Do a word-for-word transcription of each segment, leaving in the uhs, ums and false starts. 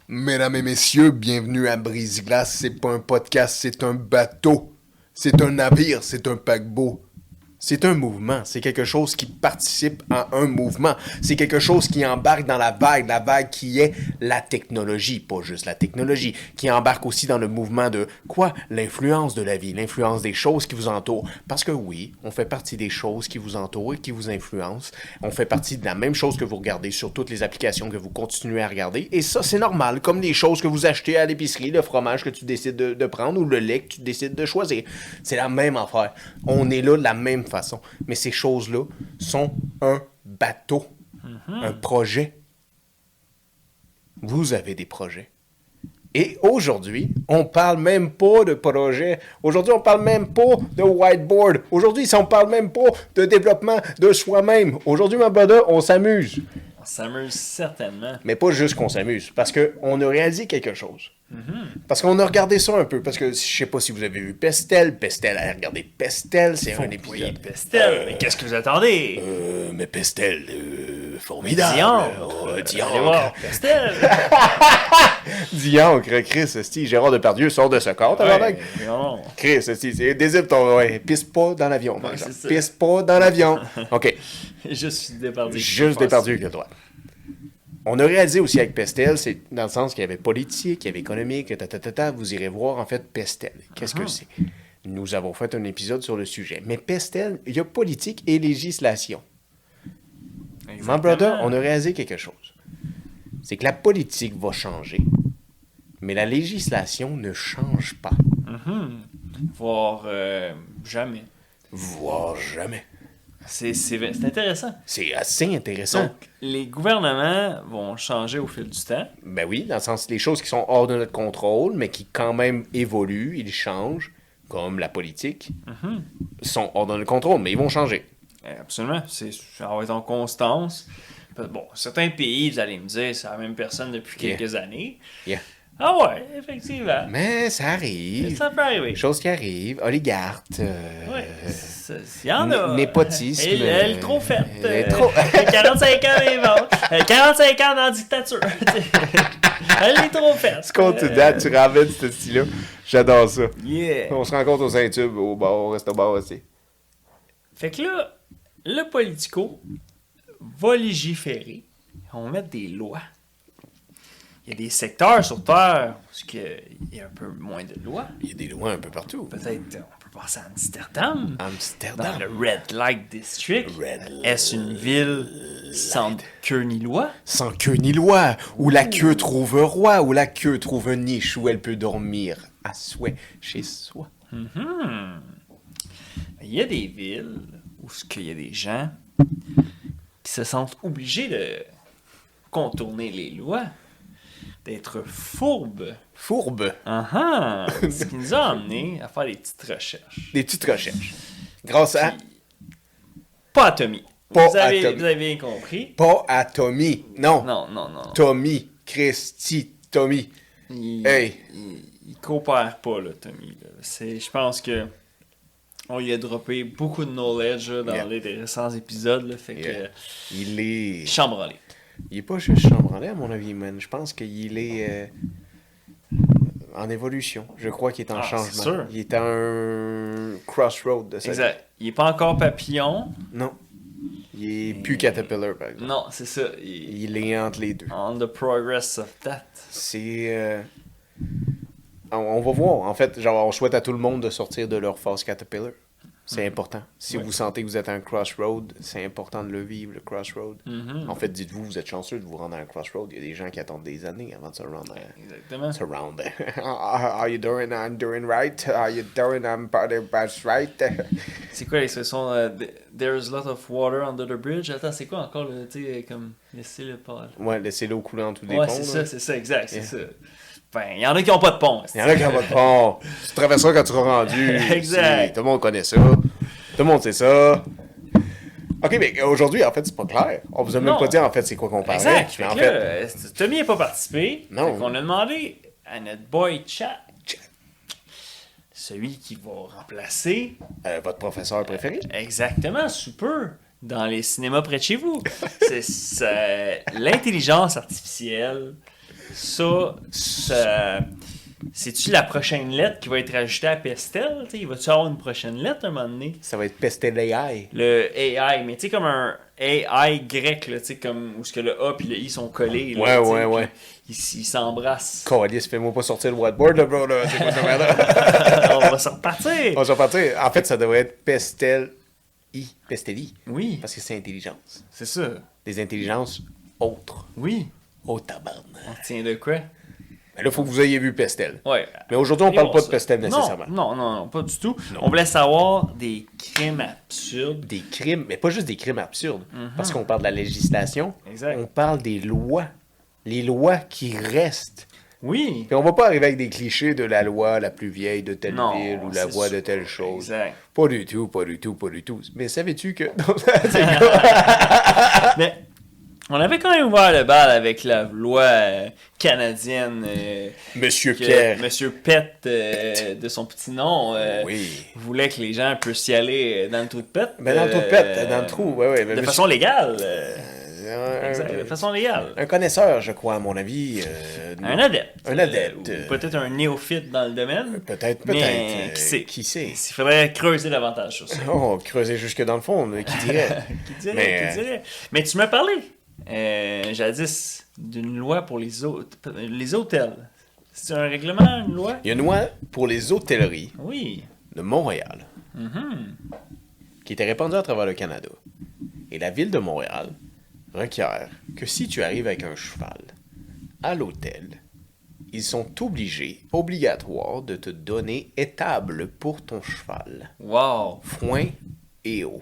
Mesdames et messieurs, bienvenue à Brise-Glace. C'est pas un podcast, c'est un bateau. C'est un navire, c'est un paquebot. C'est un mouvement, c'est quelque chose qui participe à un mouvement. C'est quelque chose qui embarque dans la vague, la vague qui est la technologie, pas juste la technologie, qui embarque aussi dans le mouvement de quoi? L'influence de la vie, l'influence des choses qui vous entourent. Parce que oui, on fait partie des choses qui vous entourent et qui vous influencent. On fait partie de la même chose que vous regardez sur toutes les applications que vous continuez à regarder. Et ça, c'est normal, comme les choses que vous achetez à l'épicerie, le fromage que tu décides de, de prendre ou le lait que tu décides de choisir. C'est la même affaire. On est là de la même façon. Mais ces choses-là sont un bateau, mm-hmm. un projet. Vous avez des projets. Et aujourd'hui, on parle même pas de projet. Aujourd'hui, on parle même pas de whiteboard. Aujourd'hui, on parle même pas de développement de soi-même. Aujourd'hui, ma brother, on s'amuse. On s'amuse certainement. Mais pas juste qu'on s'amuse, parce qu'on a réalisé quelque chose. Mm-hmm. Parce qu'on a regardé ça un peu, parce que je sais pas si vous avez vu Pestel. Pestel, allez regarder Pestel, c'est Faut un épisode. Oui, Pestel, euh, mais qu'est-ce que vous attendez? Euh, mais Pestel, euh, formidable. Diancre. Oh, Diancre. Pestel. Diancre, Chris, esti, Gérard Depardieu sort de ce corps, t'as ouais, non. Chris, esti, c'est désible ton... Ouais, pisse pas dans l'avion, par exemple. Pisse pas dans l'avion. OK. Je suis Depardieu. Juste Depardieu que toi. On a réalisé aussi avec Pestel, c'est dans le sens qu'il y avait politique, il y avait économique, ta, ta, ta, ta, vous irez voir en fait Pestel. Qu'est-ce uh-huh. que c'est? Nous avons fait un épisode sur le sujet. Mais Pestel, il y a politique et législation. Exactement. My brother, on a réalisé quelque chose. C'est que la politique va changer, mais la législation ne change pas. Mm-hmm. Voire euh, jamais. Voire jamais. C'est, c'est, c'est intéressant. C'est assez intéressant. Donc, les gouvernements vont changer au fil du temps. Ben oui, dans le sens les choses qui sont hors de notre contrôle, mais qui quand même évoluent, ils changent, comme la politique, mm-hmm. sont hors de notre contrôle, mais ils vont changer. Absolument. C'est, ça va être en constance. Bon, certains pays, vous allez me dire, c'est la même personne depuis yeah. quelques années. Yeah. Ah ouais, effectivement. Mais ça arrive. Ça peut arriver. Choses qui arrivent. Oligarque. Euh, oui, il y en a. Népotisme. Elle, elle est trop faite. Elle est trop... quarante-cinq ans, mais bon. quarante-cinq ans dans la dictature. Elle est trop faite. Tu comptes tout date, tu ramènes ce style-là. J'adore ça. Yeah. On se rencontre au Saint-Tube, au bar, au restaurant aussi. Fait que là, le politico va légiférer. On va mettre des lois. Il y a des secteurs sur Terre où il y a un peu moins de lois. Il y a des lois un peu partout. Peut-être, on peut penser à Amsterdam. Amsterdam. Dans le Red Light District. Red... Est-ce une ville sans queue ni loi? Sans queue ni loi. Où la queue trouve un roi. Où la queue trouve une niche où elle peut dormir à souhait chez soi. Mm-hmm. Il y a des villes où il y a des gens qui se sentent obligés de contourner les lois. D'être fourbe. Fourbe. Uh-huh. Ce qui nous a amené à faire des petites recherches. Des petites recherches. Grâce à... Puis, pas à Tommy. Pas vous, avez, à Tommy. Vous avez bien compris. Pas à Tommy. Non. Non, non, non. Tommy. Christy. Tommy. Il, hey. Il, il coopère pas, là, Tommy. Là. C'est, je pense que on lui a droppé beaucoup de knowledge là, dans yeah. les récents épisodes. Là, fait yeah. que... Il est... Chambranlé. Il est pas juste chambranlé, à mon avis, man. Je pense qu'il est euh, en évolution. Je crois qu'il est en ah, changement. C'est sûr. Il est à un crossroad de sa exact. vie. Il est pas encore papillon. Non. Il est plus caterpillar, par exemple. Non, c'est ça. Il... il est entre les deux. On the progress of that. C'est... Euh... On, on va voir. En fait, genre, on souhaite à tout le monde de sortir de leur phase caterpillar. C'est mm-hmm. important. Si oui. vous sentez que vous êtes à un crossroad, c'est important de le vivre, le crossroad. Mm-hmm. En fait, dites-vous, vous êtes chanceux de vous rendre à un crossroad. Il y a des gens qui attendent des années avant de se rendre à... Exactement. Se rendre. Are you doing, I'm doing right? Are you doing, I'm that's right? C'est quoi l'expression? Uh, There's a lot of water under the bridge. Attends, c'est quoi encore, tu sais, comme laisser le pôle? Ouais, laisser l'eau couler en dessous des ouais, ponts. Ouais, c'est là. ça, c'est ça, exact, yeah. c'est ça. Ben, il y en a qui n'ont pas de pont. Il y en a qui n'ont pas de pont. Tu traverseras quand tu seras rendu. Exact. Tout le monde connaît ça. Tout le monde sait ça. OK, mais aujourd'hui, en fait, c'est pas clair. On vous a même pas dit, en fait, c'est quoi qu'on parlait. Exact. Mais en là, fait... Tommy n'a pas participé. Non. On a demandé à notre boy Chat, celui qui va remplacer... Euh, votre professeur préféré. Euh, exactement, sous peu, dans les cinémas près de chez vous. c'est, c'est l'intelligence artificielle ça, ça c'est-tu la prochaine lettre qui va être ajoutée à Pestel? T'sais, il va-tu avoir une prochaine lettre un moment donné? Ça va être Pestel A I. Le A I, mais tu sais, comme un A I grec, là, tu sais, comme où ce que le A et le I sont collés. Ouais, là, ouais, ouais. Ils ils s'embrassent. Calice, fais-moi pas sortir le whiteboard, là, bro, là. C'est quoi ce merde-là? On va se repartir. On va repartir. En fait, ça devrait être Pestel I. Pestel I. Oui, Parce que c'est intelligence. c'est ça. Des intelligences autres. Oui. Oh, tabarnak. On tient de quoi? Mais là, il faut que vous ayez vu Pestel. Ouais. Mais aujourd'hui, on Allez parle voir pas de ça. Pestel nécessairement. Non, non, non, non, pas du tout. Non. On voulait savoir des crimes absurdes. Des crimes, mais pas juste des crimes absurdes. Parce qu'on parle de la législation. Exact. On parle des lois. Les lois qui restent. Oui. Puis on va pas arriver avec des clichés de la loi la plus vieille de telle Non, ville ou la c'est loi sûr. de telle chose. Exact. Pas du tout, pas du tout, pas du tout. Mais savais-tu que... Mais on avait quand même ouvert le bal avec la loi euh, canadienne. euh, Monsieur que Pierre. Monsieur Pett, euh, de son petit nom, euh, Oui. voulait que les gens puissent y aller euh, dans le trou de Pett. Ben dans le trou de Pett, dans le trou, ouais, ouais. mais De monsieur- façon légale. euh, Un- exact, de façon légale. Un connaisseur, je crois, à mon avis. euh, Un adepte. Un adepte. Euh, ou peut-être un néophyte dans le domaine. Peut-être, peut-être. Mais euh, qui sait? Qui sait? Il faudrait creuser davantage sur ça. Oh, creuser jusque dans le fond, mais qui dirait? Qui dirait, Mais, qui dirait. Mais tu m'as parlé, euh, jadis, d'une loi pour les, hôtes- les hôtels. C'est un règlement, une loi? Il y a une loi pour les hôtelleries Oui. de Montréal Mhm. qui était répandue à travers le Canada. Et la ville de Montréal requiert que si tu arrives avec un cheval à l'hôtel, ils sont obligés, obligatoires, de te donner étable pour ton cheval. Wow. Foin et eau.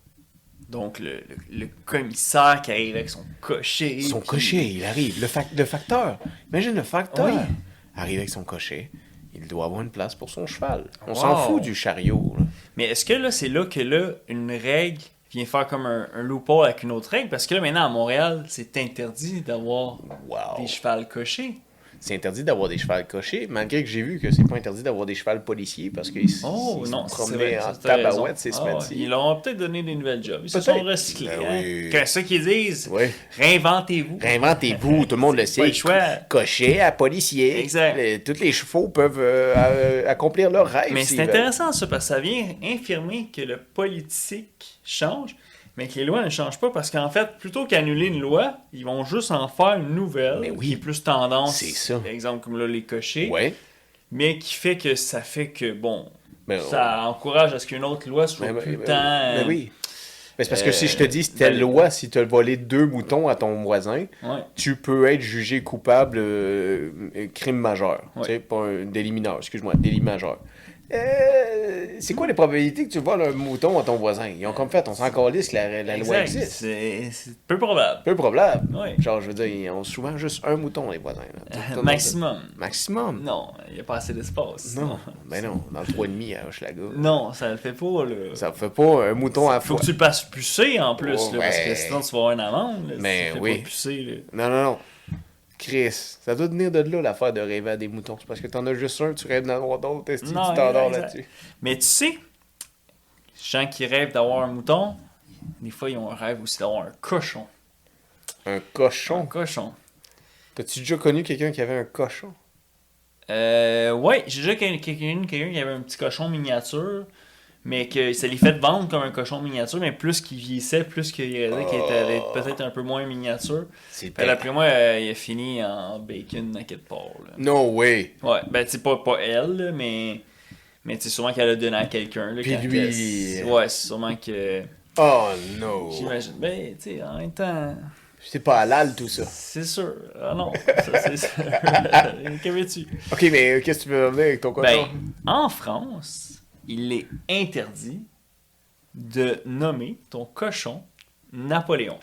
Donc, le, le, le commissaire qui arrive avec son cocher. Son puis- cocher, il arrive. Le, fac- le facteur. Imagine le facteur. Oui. Arrive avec son cocher. Il doit avoir une place pour son cheval. On Wow. s'en fout du chariot. Là. Mais est-ce que là, c'est là que là, une règle vient faire comme un, un loophole avec une autre règle? Parce que là, maintenant, à Montréal, c'est interdit d'avoir Wow. des chevals cochés. C'est interdit d'avoir des chevals cochés, malgré que j'ai vu que c'est pas interdit d'avoir des chevals policiers parce qu'ils s- Oh, ils non, se c'est promenaient vrai, en ça, t'as raison. tabarouette ces Ah, semaines-ci. ouais. Ils leur ont peut-être donné des nouvelles jobs. Ils se Peut-être. sont recyclés. Ben hein. oui. Que ça qu'ils disent, Oui. réinventez-vous. Réinventez-vous, tout le monde le sait. Pas le choix. Cocher à policier. Exact. Les- tous les chevaux peuvent euh, euh, accomplir leur rêve. Mais s'ils c'est veulent. intéressant ça, parce que ça vient infirmer que le politique change, mais que les lois ne changent pas, parce qu'en fait, plutôt qu'annuler une loi, ils vont juste en faire une nouvelle, Mais oui. qui est plus tendance, C'est ça. par exemple comme là les cochers, Ouais. mais qui fait que ça fait que, bon, Mais, ça encourage à ce qu'une autre loi soit Mais, plus mais- tant... mais oui. Mais c'est parce que euh, si je te dis, c'est telle valide. loi, si tu as volé deux moutons à ton voisin, Ouais. tu peux être jugé coupable euh, euh, crime majeur. Ouais. Tu sais, pas un délit mineur, excuse-moi, délit majeur. Euh, c'est quoi les probabilités que tu voles un mouton à ton voisin? Ils ont comme fait, on s'en calisse que la, la loi Exact. existe. C'est c'est peu probable. Peu probable. Ouais. Genre, je veux dire, ils ont souvent juste un mouton, les voisins. là. Tout- tout le monde- Maximum. Maximum. Non, il n'y a pas assez d'espace. Non, ben non, dans le trois virgule cinq à Hochelaga. Non, ça le fait pas, là. Ça fait pas un mouton à Faut fois. que tu le passes pucer en plus, Oh, là, parce que ouais. sinon tu vas avoir une amende. Là, Mais si tu le fais oui. pas pucer, là. Non, non, non. Chris, ça doit venir de là l'affaire de rêver à des moutons. C'est parce que t'en as juste un, tu rêves d'en avoir d'autres, est-ce que tu Non, t'endors exact. là-dessus? Mais tu sais, les gens qui rêvent d'avoir un mouton, des fois ils ont un rêve aussi d'avoir un cochon. Un Un cochon. cochon. T'as-tu déjà connu quelqu'un qui avait un cochon? Euh, ouais, j'ai déjà quelqu'un quelqu'un qui avait un petit cochon miniature, mais que ça les fait vendre comme un cochon miniature, mais plus qu'il vieillissait, plus qu'il réalisait qu'il était allé peut-être un peu moins miniature. C'est Puis après moi, euh, il a fini en bacon à quelque part. Là. No way. Ouais, ben tu sais, pas, pas elle, là, mais, mais tu sais, sûrement qu'elle a donné à quelqu'un. là, Puis quand lui- qu'elle- Ouais, c'est sûrement que. Oh no. J'imagine. Ben, tu sais, en même temps. C'est pas halal tout ça. C'est sûr. Ah non, ça c'est sûr. Que veux-tu? Ok, mais euh, qu'est-ce que tu veux revenir avec ton cochon? Ben, en France, il est interdit de nommer ton cochon Napoléon.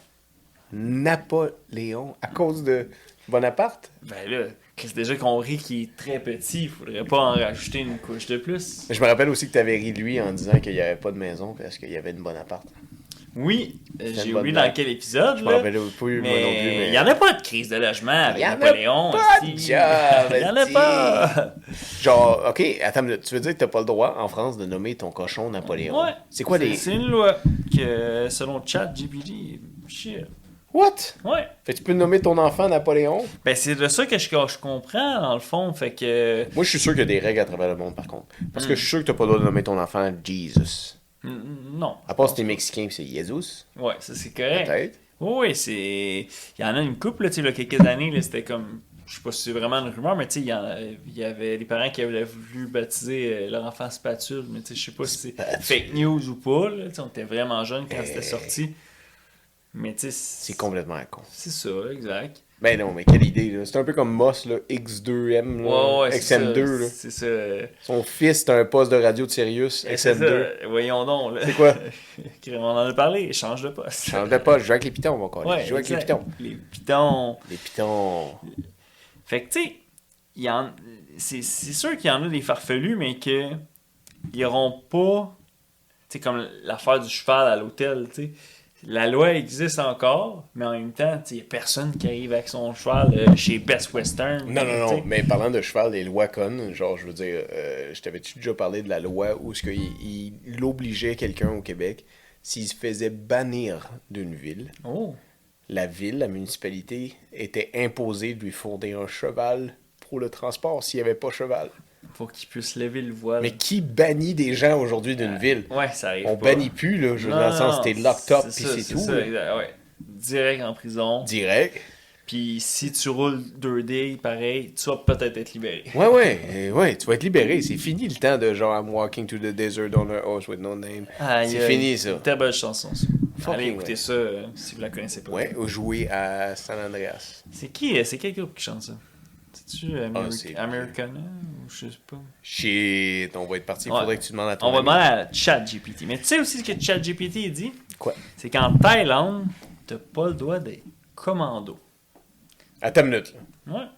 Napoléon, à cause de Bonaparte? Ben là, c'est déjà qu'on rit qu'il est très petit, il faudrait pas en rajouter une couche de plus. Je me rappelle aussi que t'avais ri de lui en disant qu'il n'y avait pas de maison parce qu'il y avait une Bonaparte. Oui, euh, une j'ai bonne oublié blague. dans quel épisode. Je me là, rappelle pas eu, moi non plus, mais mais... il n'y en a pas de crise de logement avec Il y en a Napoléon. pas de esti. job, Il n'y en a esti. pas. Genre, ok, attends, une minute, tu veux dire que t'as pas le droit en France de nommer ton cochon Napoléon? Ouais. C'est quoi les... C'est une loi que, selon ChatGPT, shit. What? Ouais. Fait que tu peux nommer ton enfant Napoléon? Ben, c'est de ça que je, que je comprends, dans le fond. Fait que. Moi, je suis sûr qu'il y a des règles à travers le monde, par contre. Parce Mm. que je suis sûr que t'as pas le droit de nommer ton enfant Jesus. Mm, Non. À part si t'es mexicain pis c'est Jesus. Ouais, ça c'est correct. Peut-être. Oui, oui, c'est. Il y en a une couple, là, tu sais, il y a quelques années, là, c'était comme. Je sais pas si c'est vraiment une rumeur, mais tu sais, il y, en a- il y avait des parents qui avaient voulu baptiser euh, leur enfant Spatule, mais tu sais, je sais pas si c'est Spatule. fake news ou pas, là, tu sais, on était vraiment jeunes quand Eh. c'était sorti. Mais tu sais, C'est complètement con. C'est ça, exact. Ben non, mais quelle idée, là. C'est un peu comme Moss, là, X deux M, là, Ouais, ouais, c'est X M deux, ça, là. c'est ça. Son fils, c'est un poste de radio de Sirius, Eh, X M c'est deux. ça. Voyons donc, là. C'est quoi? On en a parlé, change de poste. Change de poste, je joue avec les pitons, mon corps. Ouais, Je joue avec les exact. pitons. Les pitons. Les pitons. Fait que, tu sais, il y en... c'est, c'est sûr qu'il y en a des farfelus, mais que ils auront pas... Tu sais, comme l'affaire du cheval à l'hôtel, tu sais. La loi existe encore, mais en même temps, il n'y a personne qui arrive avec son cheval euh, chez Best Western. Non, non, t'sais. non, mais parlant de cheval, les lois connes, genre, je veux dire, euh, je t'avais-tu déjà parlé de la loi où ce qu'il il, il obligeait quelqu'un au Québec, s'il se faisait bannir d'une ville, Oh! la ville, la municipalité, était imposée de lui fournir un cheval pour le transport s'il n'y avait pas cheval. Faut qu'il puisse lever le voile. Mais qui bannit des gens aujourd'hui d'une ville? Ouais, ça arrive On pas. bannit plus, là, je veux Non, dire, dans le sens, non, t'es locked up, c'est puis ça, c'est tout. ça, là. exact, ouais. Direct en prison. Direct. Puis si tu roules deux D, pareil, tu vas peut-être être libéré. Ouais, ouais, euh, ouais, tu vas être libéré. C'est fini le temps de genre I'm walking to the desert on a horse with no name. Aïe, C'est aïe. fini, ça. Une très belle chanson, ça. Fucking Allez écouter ouais. ça euh, si vous la connaissez pas. Ouais, ou jouer à San Andreas. C'est qui euh, C'est quel groupe qui chante ça? C'est-tu Ameri- Ah, c'est- Americana ou je sais pas? Shit, on va être parti. Il Ouais. faudrait que tu demandes à ton On va ami. demander à ChatGPT. Mais tu sais aussi ce que ChatGPT dit? Quoi? C'est qu'en Thaïlande, t'as pas le droit d'être commando. Attends une minute. Là. Ouais.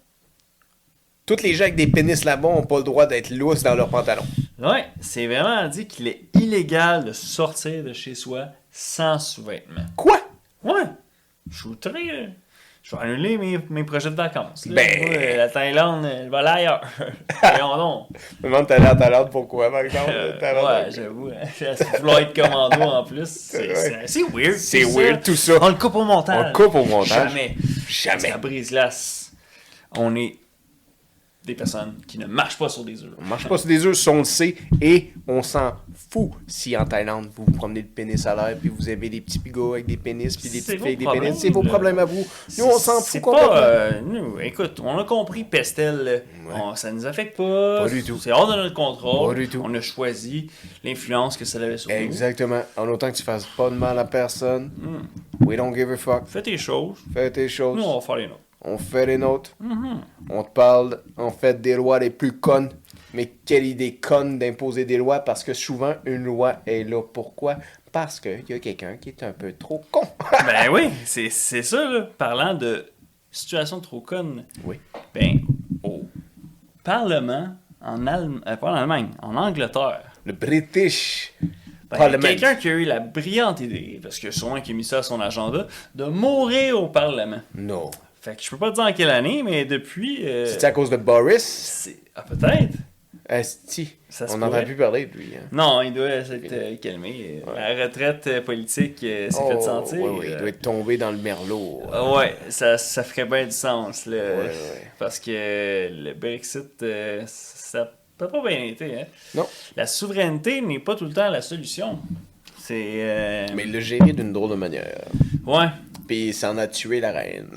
Tous les gens avec des pénis là-bas ont pas le droit d'être lousses dans leurs pantalons. Ouais, c'est vraiment dit qu'il est illégal de sortir de chez soi sans sous-vêtements. Quoi? Ouais. Je suis outré, là. Je vais annuler mes, mes projets de vacances. Là. Ben- Moi, euh, la Thaïlande, elle va aller ailleurs. Voyons donc. Je me demande t'es allé en Thaïlande pourquoi, par exemple? Euh, Thaïlande? ouais, j'avoue. hein. Vouloir être commando en plus, c'est, Ouais. c'est assez weird. C'est tout weird, tout ça. On le coupe au montage. On coupe au montage. Jamais. Jamais. À brise-glace, on est des personnes qui ne marchent pas sur des œufs. On marche pas sur des œufs, on le sait, et on s'en fout si en Thaïlande vous vous promenez le pénis à l'air, puis vous avez des petits pigots avec des pénis, puis des C'est petites vos filles avec des problèmes, pénis. C'est vos là. problèmes à vous. Nous, on s'en C'est fout complètement. pas, euh, nous, écoute, on a compris Pestel, là. On- ça nous affecte pas. Pas du tout. C'est hors de notre contrôle. Pas du tout. On a choisi l'influence que ça avait sur nous. Exactement. En autant que tu fasses pas de mal à personne, we don't give a fuck. Fais tes choses. Fais tes choses. Nous, on va faire les nôtres. On fait les nôtres. On te parle, en fait, des lois les plus connes. Mais quelle idée conne d'imposer des lois, parce que souvent, une loi est là. Pourquoi? Parce qu'il y a quelqu'un qui est un peu trop con. Ben oui, c'est, c'est ça, là. Parlant de situation trop conne. Oui. Ben, au Parlement, en Allemagne, pas en Allemagne, en Angleterre. Le British Ben, Parliament. quelqu'un qui a eu la brillante idée, parce que sûrement qui a mis ça à son agenda, de mourir au Parlement. Non. Fait que je peux pas te dire en quelle année, mais depuis. euh, C'est à cause de Boris? c'est... Ah, peut-être. Asti. Ça se On n'entend pourrait. plus parler de lui. Hein. Non, il doit s'être euh, calmé. La retraite euh, politique euh, s'est fait sentir. Ouais, ouais, il euh, doit être tombé dans le merlot. ah ouais, ça, ça ferait bien du sens. Là, Ouais, ouais. Parce que le Brexit, euh, ça n'a pas bien été. Hein? Non. La souveraineté n'est pas tout le temps la solution. C'est. euh, Mais il l'a géré d'une drôle de manière. Ouais. Puis il s'en a tué la reine.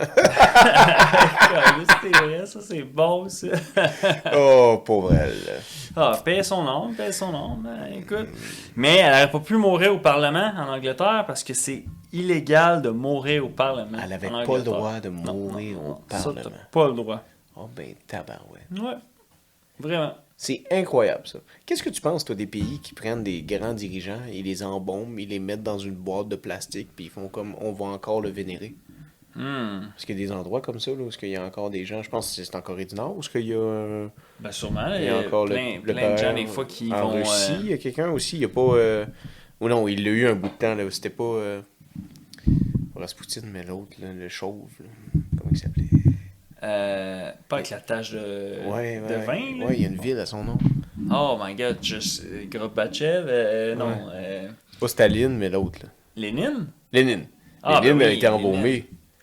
C'est vrai, ça c'est bon ça. Oh, pauvre elle. Ah, paie son âme, paie son âme. Ben, écoute. Mais elle n'aurait pas pu mourir au Parlement en Angleterre parce que c'est illégal de mourir au Parlement. Elle avait en pas le Angleterre. droit de Non, mourir non, au non, ça, Parlement. t'as pas le droit. Oh ben tabarouette. Ouais. Vraiment. C'est incroyable ça. Qu'est-ce que tu penses toi des pays qui prennent des grands dirigeants, ils les embaument, ils les mettent dans une boîte de plastique puis ils font comme on va encore le vénérer? Hmm. Parce qu'il y a des endroits comme ça là, où il y a encore des gens, je pense que c'est en Corée du Nord, où il y a euh, Ben sûrement, il il y a encore plein, le, le plein de gens père des fois qui en vont... Russie, euh, il y a quelqu'un aussi, il y a pas euh... ou non, il l'a eu un bout de temps là, c'était pas euh... pas Rasputin mais l'autre là, le chauve là. Comment il s'appelait? euh, pas avec la tache de, Ouais, ouais. de vin, là. Ouais, il y a une ville à son nom. Oh my god, juste euh, Gorbatchev, euh, non, Ouais. euh, Pas Staline mais l'autre là. Lénine? Lénine. Ah, Lénine ben a oui, été embaumé.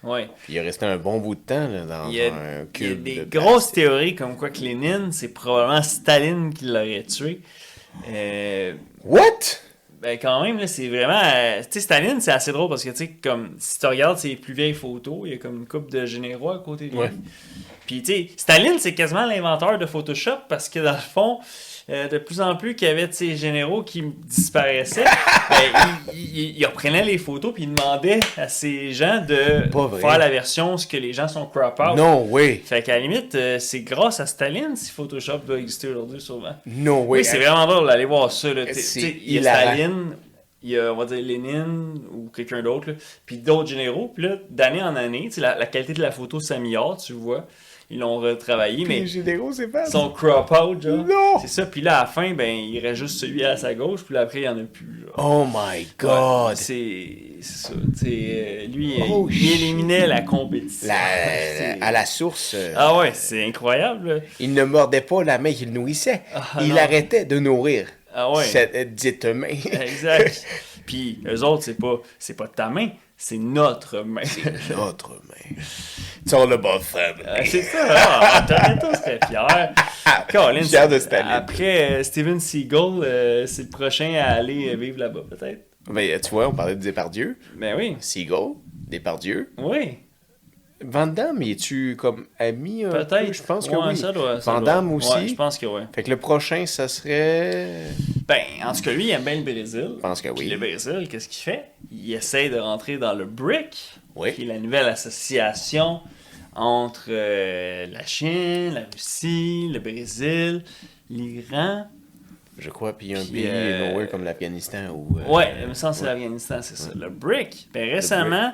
Ouais. Puis il est resté un bon bout de temps là, dans Il y a, un cube. il y a des de grosses plastique. théories comme quoi que Lénine, c'est probablement Staline qui l'aurait tué. Euh, What? ben quand même, là, c'est vraiment... euh, tu sais, Staline, c'est assez drôle parce que, tu sais, comme, si tu regardes ses plus vieilles photos, il y a comme une couple de généraux à côté de lui. Ouais. Puis, tu sais, Staline, c'est quasiment l'inventeur de Photoshop parce que, dans le fond, euh, de plus en plus qu'il y avait de ces généraux qui disparaissaient, ben, il, il, il reprenait les photos puis il demandait à ces gens de Pas vrai. faire la version où ce que les gens sont crop out. No way. Fait qu'à la limite, euh, c'est grâce à Staline si Photoshop doit exister aujourd'hui, sûrement. No way. Oui, c'est vraiment drôle d'aller voir ça. Là. T'sais, C'est t'sais, il y a hilarant. Staline, il y a, on va dire, Lénine ou quelqu'un d'autre, là, puis d'autres généraux. Puis là, d'année en année, t'sais, la, la qualité de la photo s'améliore, tu vois. Ils l'ont retravaillé, mais Les généraux, c'est pas. ils sont crop out, genre. Non! C'est ça. Puis là, à la fin, ben, il reste juste celui à sa gauche, puis là, après, il n'y en a plus. Genre. Oh my Ouais, god! c'est c'est ça. T'sais, euh, lui, Oh, il, il éliminait la compétition. La- C'est- à la source, euh, Ah ouais, c'est incroyable. là. il ne mordait pas la main qu'il nourrissait. Ah, il non. arrêtait de nourrir Ah ouais. cette dite main. Exact. Puis eux autres, c'est pas c'est pas ta main, c'est notre main. Notre main. It's all about family. Euh, c'est ça. Ah, Toretto serait fier. Colin, Fier de c'est- Staline. Après, euh, Steven Seagal, euh, c'est le prochain à aller euh, vivre là-bas, peut-être. Ben, tu vois, on parlait de Depardieu. Ben oui. Seagull, Depardieu. Oui. Van Damme, es-tu comme ami un peu? Peut-être. Je pense que Ouais, oui. ça doit, ça Van doit. Damme aussi. Ouais, je pense que oui. Fait que le prochain, ça serait... Ben, en tout cas, lui, il aime bien le Brésil. Je pense que Puis oui. le Brésil, qu'est-ce qu'il fait? Il essaie de rentrer dans le BRIC, Oui. qui est la nouvelle association entre euh, la Chine, la Russie, le Brésil, l'Iran. Je crois, puis il y a un Puis, pays euh, nowhere comme l'Afghanistan ou... euh, Ouais, il me semble que c'est ouais. l'Afghanistan, c'est ça. Le BRIC. Ben, récemment,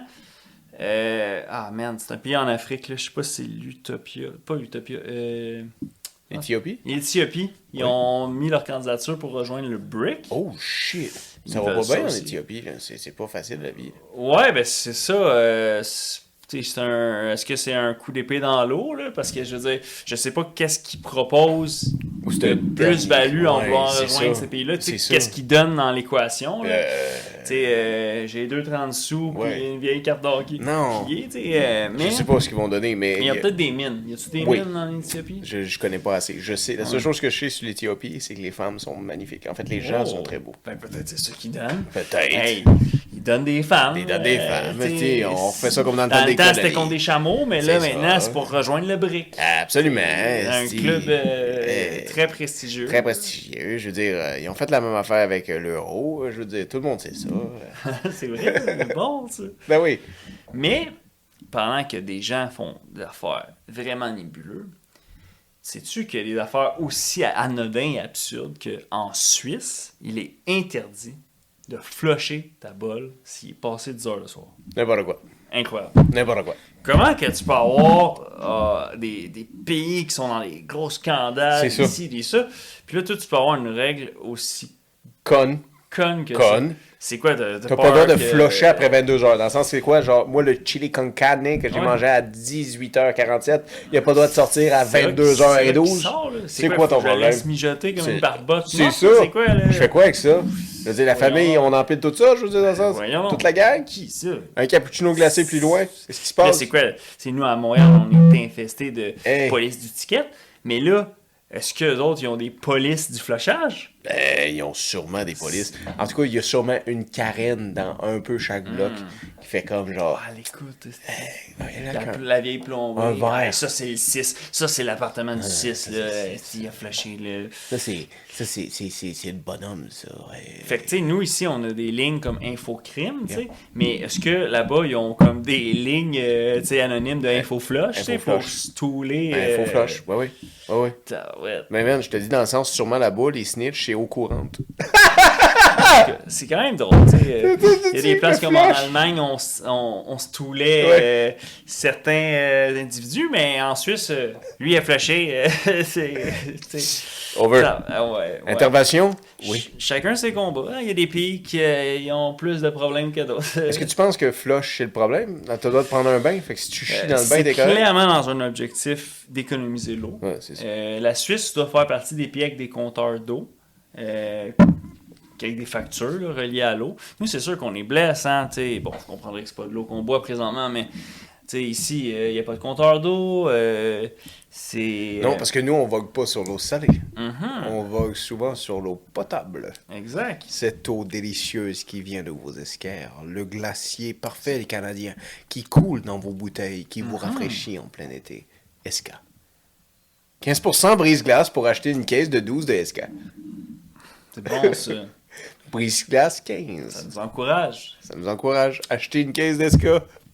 euh, ah merde, c'est un pays en Afrique, là, je sais pas si c'est l'Utopia, pas l'Utopia, euh, Éthiopie? l'Éthiopie. Ils Oui. ont mis leur candidature pour rejoindre le BRIC. Oh shit! Ils Ça va veulent pas ça bien en aussi. Éthiopie, là. C'est c'est pas facile la vie. Ouais, ben c'est ça. euh, c'est- tu sais, c'est un, est-ce que c'est un coup d'épée dans l'eau, là? Parce que je veux dire, je sais pas qu'est-ce qu'ils proposent Ou c'est de un plus-value dernier. en Ouais, vouloir c'est rejoindre ça. ces pays-là. Tu sais, C'est ça. qu'est-ce qu'ils donnent dans l'équation, là? Euh, Tu sais, euh, j'ai deux trente sous puis Ouais. une vieille carte d'hockey. Non. Pliée, tu sais, euh, Je mais sais pas ce qu'ils vont donner, mais... il y a peut-être des mines. Y a-tu des Oui. mines en Éthiopie? Je, je connais pas assez. Je sais. La seule Ouais. chose que je sais sur l'Éthiopie, c'est que les femmes sont magnifiques. En fait, les gens Oh. sont très beaux. Ben peut-être c'est ça qu'ils donnent. Peut-être. Hey, ils donnent des femmes. Ils donnent des euh, femmes. tu sais, T'sais, on fait ça comme dans le temps Dans des le temps, c'était colonies. contre des chameaux, mais là, C'est maintenant, ça. c'est pour rejoindre le BRIC. Absolument. Un c'est- club euh, euh, très prestigieux. Très prestigieux. Je veux dire, euh, ils ont fait la même affaire avec euh, l'euro. Je veux dire, tout le monde sait ça. C'est vrai, c'est bon, ça. Ben oui. Mais, pendant que des gens font des affaires vraiment nébuleuses, sais-tu qu'il y a des affaires aussi anodines et absurdes qu'en Suisse, il est interdit de flusher ta bolle s'il est passé dix heures le soir. N'importe quoi. Incroyable. N'importe quoi. Comment que tu peux avoir euh, des, des pays qui sont dans des gros scandales, C'est ça. ici, des ça, puis là, toi, tu peux avoir une règle aussi Conne. conne que Conne. ça. C'est quoi, t'as, T'as pas le droit de que- flusher après vingt-deux heures. Dans le sens, c'est quoi? Genre, moi, le chili con carne que j'ai Ouais. mangé à dix-huit heures quarante-sept, il a pas le droit de sortir à C'est là vingt-deux qui- heures c'est là qui douze. sort, là. C'est quoi ton faut que je la problème? laisse mijoter comme C'est- une barbotte. C'est Non, ça. C'est quoi, là? Je fais quoi avec ça? Je veux dire, la Voyons famille, donc. on empile tout ça, je veux dire, dans le sens. Voyons donc. Toute la gang? Qui, ça? Un cappuccino glacé plus loin? Qu'est-ce qui se Là, passe? c'est quoi? C'est nous, à Montréal, on est infestés de Hey. police du ticket. Mais là, est-ce qu'eux autres, ils ont des polices du flushage? Ben, ils ont sûrement des polices. En tout cas, il y a sûrement une carène dans un peu chaque bloc qui fait comme genre. Ah, l'écoute. Ouais, La, d'accord. la vieille plomberie. Un verre. Ah, ça, c'est le six. Ça, c'est l'appartement du six. Là. Il a flashé. Là. Ça, c'est. Ça, c'est. C'est, c'est, c'est le bonhomme, ça. Ouais. Fait que, tu sais, nous, ici, on a des lignes comme Infocrime, tu sais. Mais est-ce que là-bas, ils ont comme des lignes, euh, tu sais, anonymes de Infoflush, tu sais, pour Infoflush. stouler. Ben, faut flush. Ouais, ouais. Ouais, ouais. Ouais. Mais man, je te dis dans le sens, sûrement là-bas, les snitch, c'est eau courante. C'est quand même drôle, tu sais. euh, Il y a des places le comme en flush. Allemagne, on, s- on, on stoulait Ouais. euh, certains euh, individus, mais en Suisse, euh, lui, il a flashé. euh, c'est, tu sais. Over. Ça, ah ouais, ouais. Intervention? Oui. Ch- chacun ses combats. Il y a des pays qui euh, ils ont plus de problèmes que d'autres. Est-ce que tu penses que flush, c'est le problème? T'as le droit de prendre un bain, fait que si tu chies Euh, dans le bain, c'est t'es correct? clairement dans un objectif d'économiser l'eau. Ouais, c'est ça. Euh, la Suisse doit faire partie des pays avec des compteurs d'eau, euh, avec des factures là, reliées à l'eau. Nous, c'est sûr qu'on est blessant. Bon, je comprendrais que c'est pas de l'eau qu'on boit présentement, mais sais, ici, il n'y a pas de compteur d'eau. euh, c'est. Non, euh, parce que nous, on vogue pas sur l'eau salée. mhm, On vogue souvent sur l'eau potable. Exact. Cette eau délicieuse qui vient de vos esquerres, le glacier parfait des Canadiens, qui coule dans vos bouteilles, qui vous Mhm. rafraîchit en plein été. S K. quinze pour cent brise-glace pour acheter une caisse de douze de S K. C'est bon, ça. Brise-glace Ça quinze. nous encourage. Ça nous encourage. Acheter une caisse d'S K.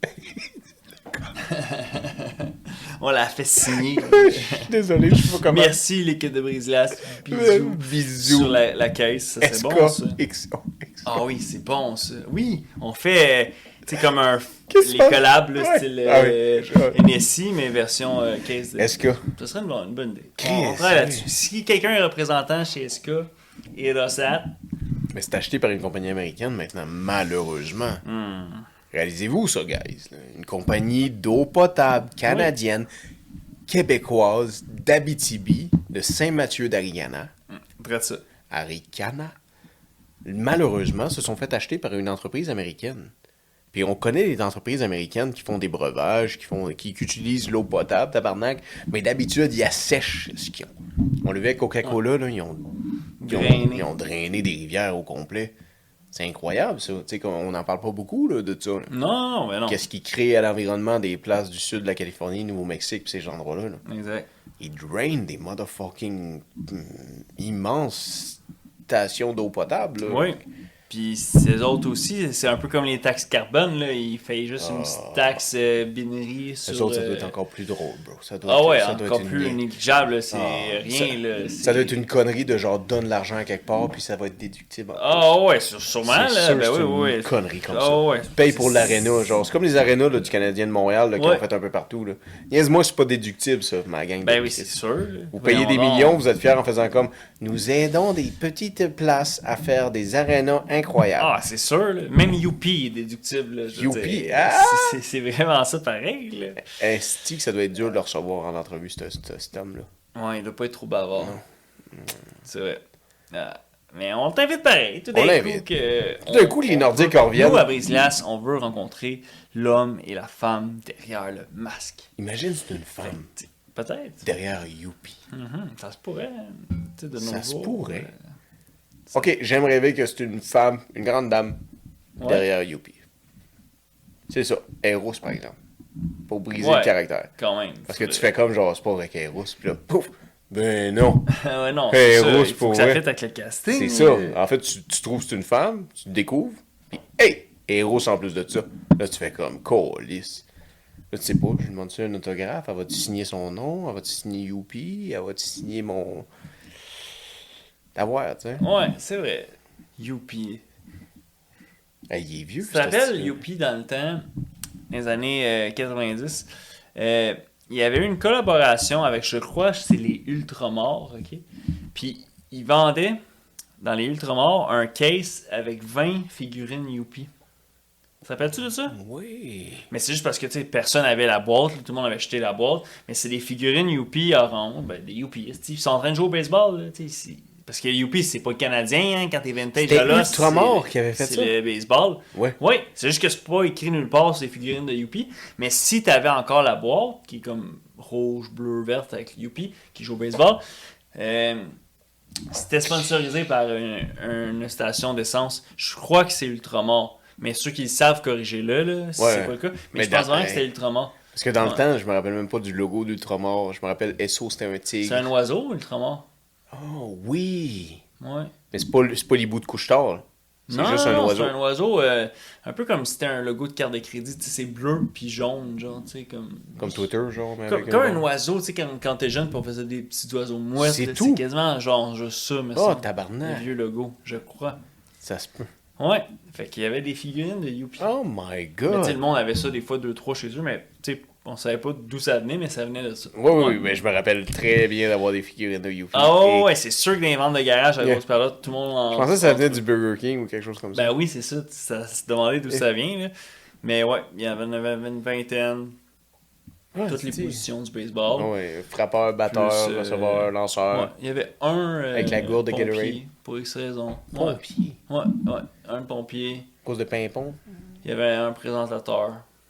On l'a fait signer. Désolé, je sais pas comment. Merci, l'équipe de Brise-Glace. Euh, Bisous. Bisous. Sur la, la caisse, ça, c'est S K. bon, ça. X O. Ah oui, c'est bon, ça. Oui, on fait, euh, tu sais, comme un... Qu'est-ce les que tu collabs, là, Ouais. style Ah oui. euh, Ouais. N S I, mais version euh, caisse de... S K. Ça serait une bonne, une bonne idée. Chris, On, on travaille oui. là-dessus. Si quelqu'un est représentant chez S K et Rosat, Mais c'est acheté par une compagnie américaine maintenant, malheureusement. hmm, Réalisez-vous ça, guys. là. Une compagnie d'eau potable canadienne, québécoise, d'Abitibi, de Saint-Mathieu d'Arigana, prête ça. Aricana, malheureusement, se sont fait acheter par une entreprise américaine. Puis on connaît les entreprises américaines qui font des breuvages, qui font, qui, qui utilisent l'eau potable, tabarnak, mais d'habitude, ils assèchent ce qu'ils ont. On le vu avec Coca-Cola, là, ils ont, ils ont, Drainé. ils ont drainé des rivières au complet. C'est incroyable, ça. Tu sais, qu'on- on n'en parle pas beaucoup là, de ça. là. Non, non, mais non. Qu'est-ce qui crée à l'environnement des places du sud de la Californie, Nouveau-Mexique, pis ces endroits-là. Là. Exact. Ils drainent des motherfucking mm, immenses stations d'eau potable. Là. Oui. Puis ces autres aussi, c'est un peu comme les taxes carbone, là. Ils payent juste une petite taxe euh, binerie sur... Les autres, ça doit euh, être encore plus drôle, bro. Ça doit Ah être, ouais, ça doit encore être plus une... négligeable, là. C'est Ah, rien, ça- là. Ça doit être une connerie de genre donne l'argent à quelque part puis ça va être déductible. Ah ouais, sû- sûrement, C'est là. sûr, Ben c'est oui, une oui. connerie comme Ah ça. ouais. Paye pour l'aréna, genre. C'est comme les arénas là, du Canadien de Montréal là, qui Ouais. ont fait un peu partout. Là. Niaise-moi, c'est pas déductible, ça, ma gang. Ben de oui, c'est Christ. sûr. Vous payez des Voyons millions, donc. vous êtes fiers en faisant comme nous aidons des petites places à faire des arénas incroyables. Ah, c'est sûr, là. Même Youpi est déductible, là. je veux Youpi, dire. ah! C'est- C'est c'est vraiment ça pareil, là. Est-ce que ça doit être dur de le recevoir en entrevue, ce- ce- cet homme-là? Ouais, il doit pas être trop bavard. C'est vrai. Ah. Mais on t'invite pareil. Tout On d'un coup l'invite. que... Tout d'un coup, les Nordiques en reviennent. Nous, à Brise-Glace, on veut rencontrer l'homme et la femme derrière le masque. Imagine c'est une femme T'sais, Peut-être. derrière Youpi. Mhm, ça se pourrait. Tu sais, de Ça nos se jours, pourrait. euh, Ok, j'aime rêver que c'est une femme, une grande dame, Ouais. derrière Youpi. C'est ça. Elle est rousse, par exemple. Pour briser Ouais. le caractère. Quand même. Parce que tu fais comme genre, c'est pas vrai qu'elle est rousse, puis là, pouf! Ben non! ouais, non, Hey, c'est ça. rousse Il faut pour que ça vrai. fitte avec le casting. C'est ça. euh. En fait, tu, tu trouves que c'est une femme, tu te découvres, puis hey! Elle est rousse en plus de ça. Là, tu fais comme, colis. Là, tu sais pas, je lui demande ça un autographe, elle va-tu signer son nom, elle va-tu signer Youpi, elle va-tu signer mon. D'avoir, tu sais. Ouais, c'est vrai. Youpi. Hey, il est vieux, Tu te rappelles, style-là. Youpi, dans le temps, dans les années euh, quatre-vingt-dix, euh, il y avait eu une collaboration avec, je crois, c'est les Ultramorts, ok? Puis, ils vendaient, dans les Ultramorts, un case avec vingt figurines Youpi. Te rappelles-tu de ça? Oui. Mais c'est juste parce que, tu sais, personne avait la boîte, tout le monde avait acheté la boîte, mais c'est des figurines Youpi orange, ben, des Youpi, ils sont en train de jouer au baseball, là, tu sais, c'est- parce que Youpi, c'est pas le Canadien, hein, quand t'es vintage, C'était là, Ultramort c'est- qui avait fait c'est ça. le baseball. Ouais. Oui, c'est juste que c'est pas écrit nulle part sur les figurines de Youpi. Mais si t'avais encore la boîte, qui est comme rouge, bleu, verte avec Youpi, qui joue au baseball, euh, c'était sponsorisé par un- une station d'essence. Je crois que c'est Ultramar. Mais ceux qui le savent, corrigez-le, là, si Ouais. c'est pas le cas. Mais, Mais je pense dans- vraiment que c'était Ultramar. Parce que dans le Ouais. temps, je me rappelle même pas du logo d'Ultramar. Je me rappelle S O, c'était un tigre. C'est un oiseau, Ultramar. Oh oui! Ouais. Mais c'est pas, c'est pas les bouts de couche-tard, là. C'est Non, juste un non, oiseau. c'est un oiseau, euh, un peu comme si c'était un logo de carte de crédit. Tu sais, c'est bleu puis jaune, genre, tu sais, comme... Comme Twitter, genre. Mais Comme, avec comme un un oiseau, tu sais, quand, quand t'es jeune, puis on faisait des petits oiseaux mouettes. C'est là, tout. C'est quasiment genre juste ça, mais Oh, ça. tabarnak. Le vieux logo, je crois. Ça se peut. Ouais, fait qu'il y avait des figurines de Youpi. Oh my Mais tu sais, le god! monde avait ça des fois deux, trois chez eux, mais tu sais, on savait pas d'où ça venait, mais ça venait de ça. Oui, oui, oui, mais je me rappelle très bien d'avoir des figurines de Yuffie. Ah ouais, Et ouais, c'est sûr que dans les ventes de garage à Yeah. grosse période, tout le monde en. Je pensais que ça venait du Burger King ou quelque chose comme ça. Ben oui, c'est ça, ça se demandait d'où ça vient, là. Mais ouais, il y en avait avait une vingtaine, Ah, toutes les c'est- positions du baseball. Ouais, frappeur, batteur, Plus, euh, receveur, lanceur. Ouais, il y avait un. euh, Avec la gourde de pompier, Gatorade. pour X raison. Ouais, Pompier. ouais, ouais, un pompier. À cause de pimpon. Il y avait un présentateur.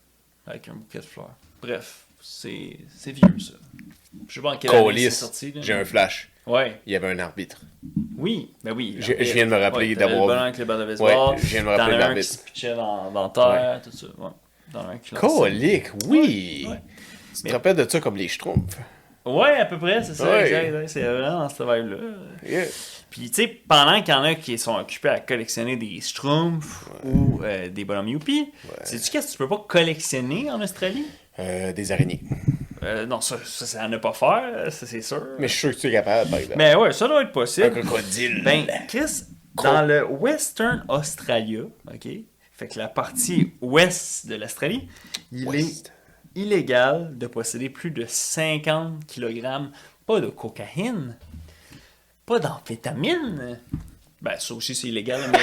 avec un bouquet de fleurs. Bref, c'est, c'est vieux, ça. Je sais pas en quelle année c'est sorti. Là, j'ai mais... un flash. Ouais. Il y avait un arbitre. Oui, ben oui. Je, je viens de me rappeler ouais, d'avoir... le bonhomme avec le ballon de baseball. Ouais, je viens de me rappeler de dans un l'arbitre. qui se pitchait dans, dans terre, ouais. Tout ça. Ouais. Dans un classique. Colique, oui! Ouais, ouais. Tu te Mais... rappelles de ça comme les Schtroumpfs? Ouais, à peu près, c'est ça, ouais. exact. C'est vraiment dans cette vibe-là. Yeah. Puis, tu sais, pendant qu'il y en a qui sont occupés à collectionner des Schtroumpfs ouais. ou euh, des bonhommes Youpi, ouais. sais-tu qu'est-ce que tu peux pas collectionner en Australie? Euh, des araignées. Euh, non, ça, ça, c'est à ne pas faire, ça, c'est sûr. Mais je suis sûr que tu es capable, par exemple. Mais ouais, ça doit être possible. Un crocodile. Ben, Chris, dans le Western Australia, OK, fait que la partie ouest de l'Australie, il West. est illégal de posséder plus de cinquante kilogrammes, pas de cocaïne, pas d'amphétamine, ben ça aussi c'est illégal, mais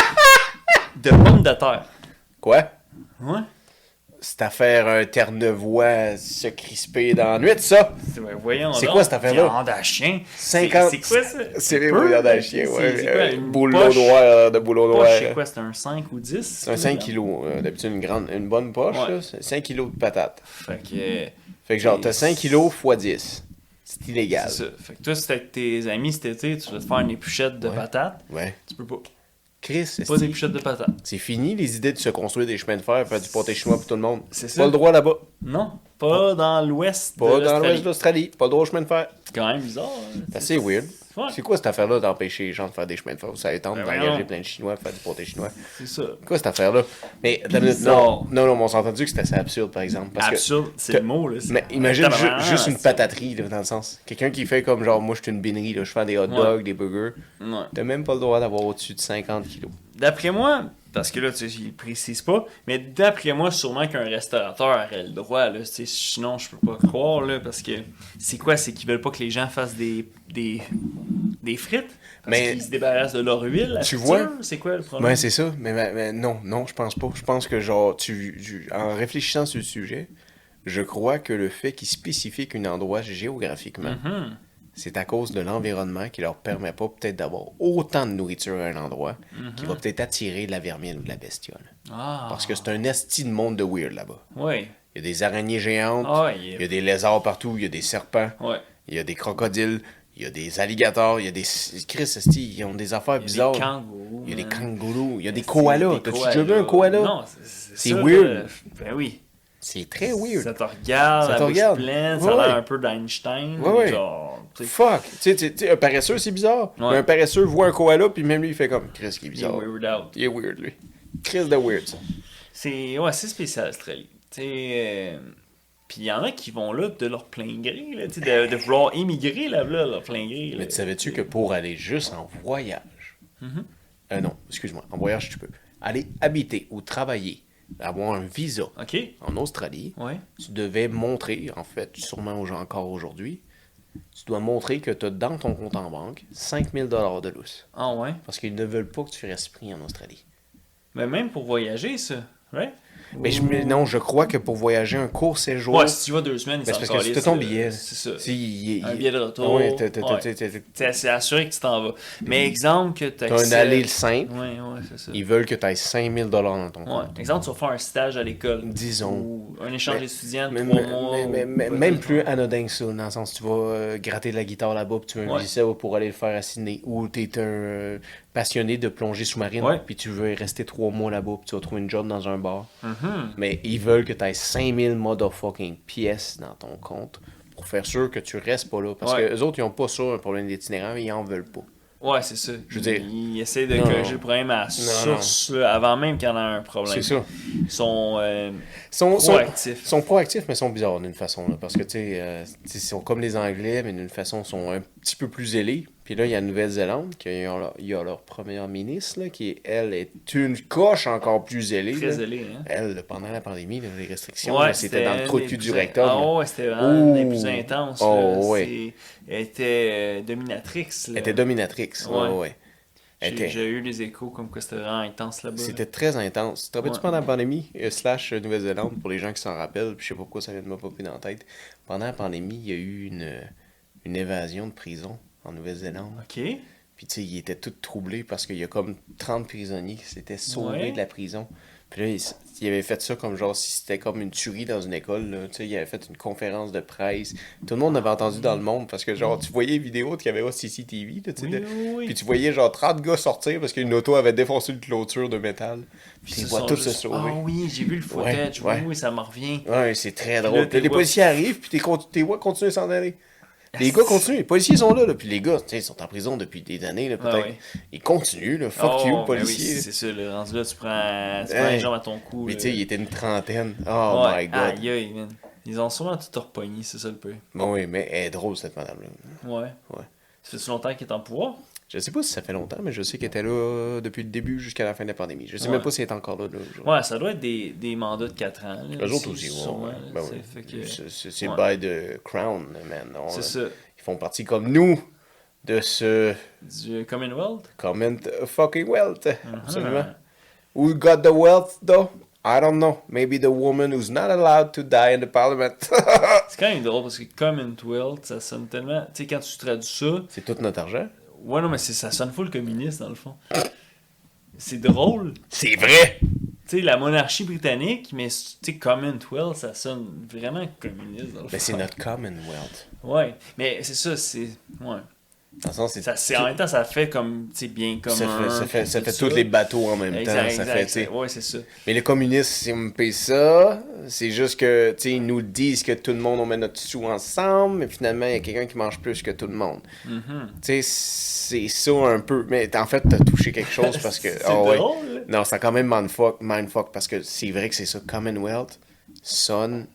de pommes de terre. Quoi? Ouais. Cette affaire un Terre-Neuvois se crisper dans la nuit, ça? Ouais, voyons c'est quoi cette affaire-là? Viande à chien. cinquante... C'est, c'est quoi ça? C'est les viandes à chien, ouais. C'est quoi, euh, boulot noir, de boulot noir. Poche, c'est quoi? C'est un cinq ou dix? C'est un cinq kilos. Euh, d'habitude, une, grande, une bonne poche, ouais. là, c'est cinq kilos de patates. Fait que... Fait que genre, t'as cinq kilos fois dix. C'est illégal. C'est ça. Fait que toi, si t'es avec tes amis cet été, tu vas te faire une épluchette de ouais. patates. Ouais. Tu peux pas. Chris, c'est pas des épluchettes de patates. C'est fini les idées de se construire des chemins de fer, faire du pâté chinois pour tout le monde. C'est ça. Pas le droit là-bas. Non, pas oh. dans l'ouest Pas de dans l'ouest de l'Australie. Pas le droit au chemin de fer. C'est quand même bizarre. Hein. C'est assez weird. Ouais. C'est quoi cette affaire-là d'empêcher les gens de faire des chemins de fer? Ça étend ben d'engager plein de Chinois pour faire du pâté chinois. C'est ça. C'est quoi cette affaire-là? Mais non, non, non, on s'est entendu que c'était assez absurde, par exemple. Parce absurde, que c'est le mot. Là, mais imagine ju juste une pataterie, là, dans le sens. Quelqu'un qui fait comme genre, moi je suis une binerie, là, je fais des hot dogs, ouais. des burgers. Ouais. T'as même pas le droit d'avoir au-dessus de cinquante kilos. D'après moi, parce que là, tu sais, il précise pas, mais d'après moi, sûrement qu'un restaurateur aurait le droit, là, sinon je peux pas croire, là, parce que c'est quoi? C'est qu'ils veulent pas que les gens fassent des, des, des frites? Parce mais qu'ils se débarrassent de leur huile, la tu friture? vois? C'est quoi le problème? Ouais, c'est ça, mais, mais, mais non, non, je pense pas. Je pense que genre, tu, tu, en réfléchissant sur le sujet, je crois que le fait qu'ils spécifient qu'un endroit géographiquement, mm-hmm. c'est à cause de l'environnement qui leur permet pas peut-être d'avoir autant de nourriture à un endroit mm-hmm. qui va peut-être attirer de la vermine ou de la bestiole. Ah. Parce que c'est un esti de monde de weird là-bas. Oui. Il y a des araignées géantes, oh, yeah. il y a des lézards partout, il y a des serpents, ouais. il y a des crocodiles, il y a des alligators, il y a des... Chris, esti, ils ont des affaires bizarres. Il y a des kangourous. Il y a des kangourous, il y a des koalas. T'as-tu déjà vu un koala? Non, c'est, c'est, c'est weird. Euh, ben oui. C'est très weird. Ça te regarde, ça te la regarde. bouche pleine, ouais, ça a l'air ouais. un peu d'Einstein. Ouais, ouais. Genre, fuck! Tu sais, un paresseux, c'est bizarre. Ouais. Mais un paresseux voit un koala, puis même lui, il fait comme Chris, qui est bizarre. Il est weird out. Il est weird, lui. Chris de weird, ça. C'est, ouais, c'est spécial, Australie. Tu sais... Euh... Puis il y en a qui vont là de leur plein gré, là, de, de vouloir émigrer là-bas, leur plein gré. Là. Mais tu savais-tu que pour aller juste en voyage, mm-hmm. euh, non, excuse-moi, en voyage tu peux, aller habiter ou travailler, avoir un visa okay. en Australie, ouais. tu devais montrer, en fait, sûrement encore aujourd'hui, tu dois montrer que tu as dans ton compte en banque cinq mille dollars de lousse. Ah ouais? Parce qu'ils ne veulent pas que tu restes pris en Australie. Mais même pour voyager, ça, ouais? Mais je, non, je crois que pour voyager un court séjour... Ouais, si tu vas deux semaines, c'est parce que c'était ton billet. C'est ça. Si, il, il, un billet de retour. Ouais, t'as, t'as, ouais. T'as, t'as, t'as, c'est assuré que tu t'en vas. Mais exemple que tu as un aller simple. Ouais, ouais, c'est ça. Ils veulent que tu aies cinq mille dollars dans ton ouais. compte. Exemple, tu vas faire un stage à l'école. Disons. Ou un échange d'étudiants de mais, trois mais, mois. Mais, mais, mais, même plus anodin que ça, dans le sens tu vas euh, gratter de la guitare là-bas, puis tu veux un ouais. lycée pour aller le faire à Sydney. Ou tu es un euh, passionné de plongée sous-marine, ouais. puis tu veux rester trois mois là-bas, puis tu vas trouver une job dans un bar. Mm-hmm. Mais ils veulent que tu aies cinq mille motherfucking pièces dans ton compte pour faire sûr que tu restes pas là. Parce ouais. que les autres, ils ont pas ça, un problème d'itinérant, mais ils en veulent pas. Ouais, c'est ça. Je veux dire... Ils essaient de corriger le problème à la source, là, avant même qu'il y en ait un problème. C'est ça. Ils sont, euh, sont proactifs. Ils sont proactifs, mais ils sont bizarres d'une façon. Là, parce que, tu sais, euh, ils sont comme les Anglais, mais d'une façon, ils sont un petit peu plus zélés. Puis là, il y a la Nouvelle-Zélande, qui a leur, il y a leur première ministre, là, qui, elle, est une coche encore plus zélée. Très là. zélée, hein? Elle, pendant la pandémie, là, les restrictions, ouais, là, c'était, c'était dans le trou de cul du rectum. Ah ouais, c'était vraiment les plus intenses. Oh, là. ouais. Elle était euh, dominatrix. Là. Elle était dominatrix, ouais, ouais. ouais. J'ai, était... j'ai eu des échos comme quoi c'était vraiment intense là-bas. C'était là. Très intense. Tu te rappelles-tu ouais. pendant la pandémie, euh, slash Nouvelle-Zélande, pour les gens qui s'en rappellent, puis je sais pas pourquoi ça vient de me popper dans la tête, pendant la pandémie, il y a eu une, une évasion de prison en Nouvelle-Zélande. OK. Puis tu sais, il était tout troublé parce qu'il y a comme trente prisonniers qui s'étaient sauvés ouais. de la prison. Puis là, il avait fait ça comme genre si c'était comme une tuerie dans une école. Là. Tu sais, il avait fait une conférence de presse. Tout le monde avait entendu dans le monde parce que genre tu voyais les vidéos de caméra C C T V. Là, tu sais, Oui, de- oui, oui. Puis tu voyais genre trente gars sortir parce qu'une auto avait défoncé une clôture de métal. Puis Puis ils ils voient sont tous se juste, sauver. ah oui, j'ai vu le footage. Ouais, ouais. Oui, oui, ça me revient. Ouais, c'est très Puis drôle. là, Puis t'es les vois- policiers arrivent, puis t'es con- t'es vois continuer à s'en aller. Les gars continuent, les policiers sont là, là. Puis les gars, tu sais, ils sont en prison depuis des années, là, peut-être. Ah ouais. Ils continuent, là. Fuck Oh, you, ben policiers. oui, là. c'est ça, le rendu là, tu prends, tu prends Hey. les jambes à ton cou. Mais là. tu sais, il était une trentaine. Oh Ouais, my god. Aïe, aïe, man. Ils ont sûrement tout repogné, c'est ça le peu. Bon, oui, mais elle est drôle, cette madame-là. Ouais. Ouais. Ça fait longtemps qu'il est en pouvoir? Je sais pas si ça fait longtemps, mais je sais qu'elle était là euh, depuis le début jusqu'à la fin de la pandémie. Je sais Ouais. même pas si elle est encore là. là aujourd'hui. Ouais, ça doit être des, des mandats de quatre ans. Là, Eux autres aussi, sûrement, ouais. là, Ben tu sais, oui. fait que- C'est- C'est c'est Ouais. by the crown, man. On- C'est ça. Ils font partie comme nous de ce Du Commonwealth? comment fucking wealth. Uh-huh. Absolument. Who got the wealth, though? I don't know. Maybe the woman who's not allowed to die in the parliament. C'est quand même drôle parce que Commonwealth, ça sonne tellement. Tu sais, quand tu traduis ça. C'est tout notre argent. Ouais, non, mais c'est- ça sonne full communiste dans le fond. C'est drôle. C'est vrai! Tu sais, la monarchie britannique, mais tu sais, Commonwealth, ça sonne vraiment communiste dans le Mais fond. c'est notre commonwealth. Ouais, mais c'est ça, c'est. Ouais. Dans le sens, c'est. Ça, c'est, en même temps, ça fait comme. Tu sais, bien comme. ça fait, ça fait, ça fait tous les bateaux en même Exact, temps. Ça exact, fait, tu sais. Ouais, c'est ça. Mais les communistes, si on me paye ça, c'est juste que, tu sais, ils nous disent que tout le monde, on met notre sous ensemble, mais finalement, il y a quelqu'un qui mange plus que tout le monde. Mhm. Tu sais, c'est ça un peu. Mais en fait, t'as touché quelque chose parce que. C'est ah ouais. drôle. Non, c'est quand même mindfuck, mindfuck parce que c'est vrai que c'est ça. Commonwealth, son.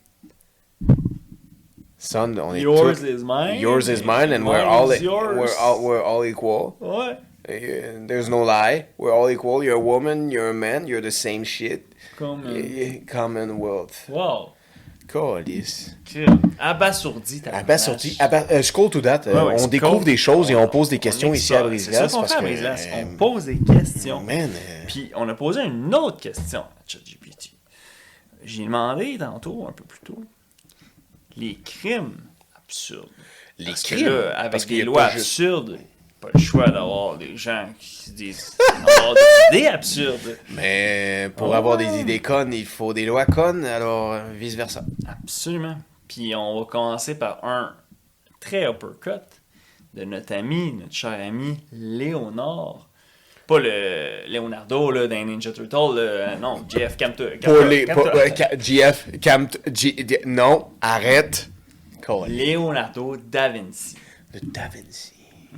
Son, on est Yours tous- is mine. Yours is mine, and we're Mine all, is yours. we're all, we're all equal. Ouais. Uh, there's no lie. We're all equal. You're a woman, you're a man, you're the same shit. Comme. Yeah, yeah, Commonwealth. Wow. Calice. Abasourdi, ta Abasourdi. Aba euh, scroll to that. Euh, Ouais, ouais, on scroll. découvre des choses et on pose des On questions ici à explore. Brise-Glace. C'est ça qu'on parce fait à que, Brise-Glace. euh, On pose des questions. Man, euh, Puis on a posé une autre question à ChatGPT. J'ai demandé tantôt, un peu plus tôt, les crimes absurdes. les Parce que crimes. là, avec parce qu'il des y a lois pas juste- absurdes, pas le choix d'avoir des gens qui se disent avoir des idées absurdes. Mais pour Oh. avoir des idées connes, il faut des lois connes, alors euh, vice-versa. Absolument. Puis on va commencer par un très uppercut de notre ami, notre cher ami Léonard. Pas le Leonardo là, dans Ninja Turtle, là. Non, J F Camta. Pour les. pour- ouais, Ca- G F, Cam. G- D- non, arrête. Calice. Leonardo da Vinci. De Da Vinci.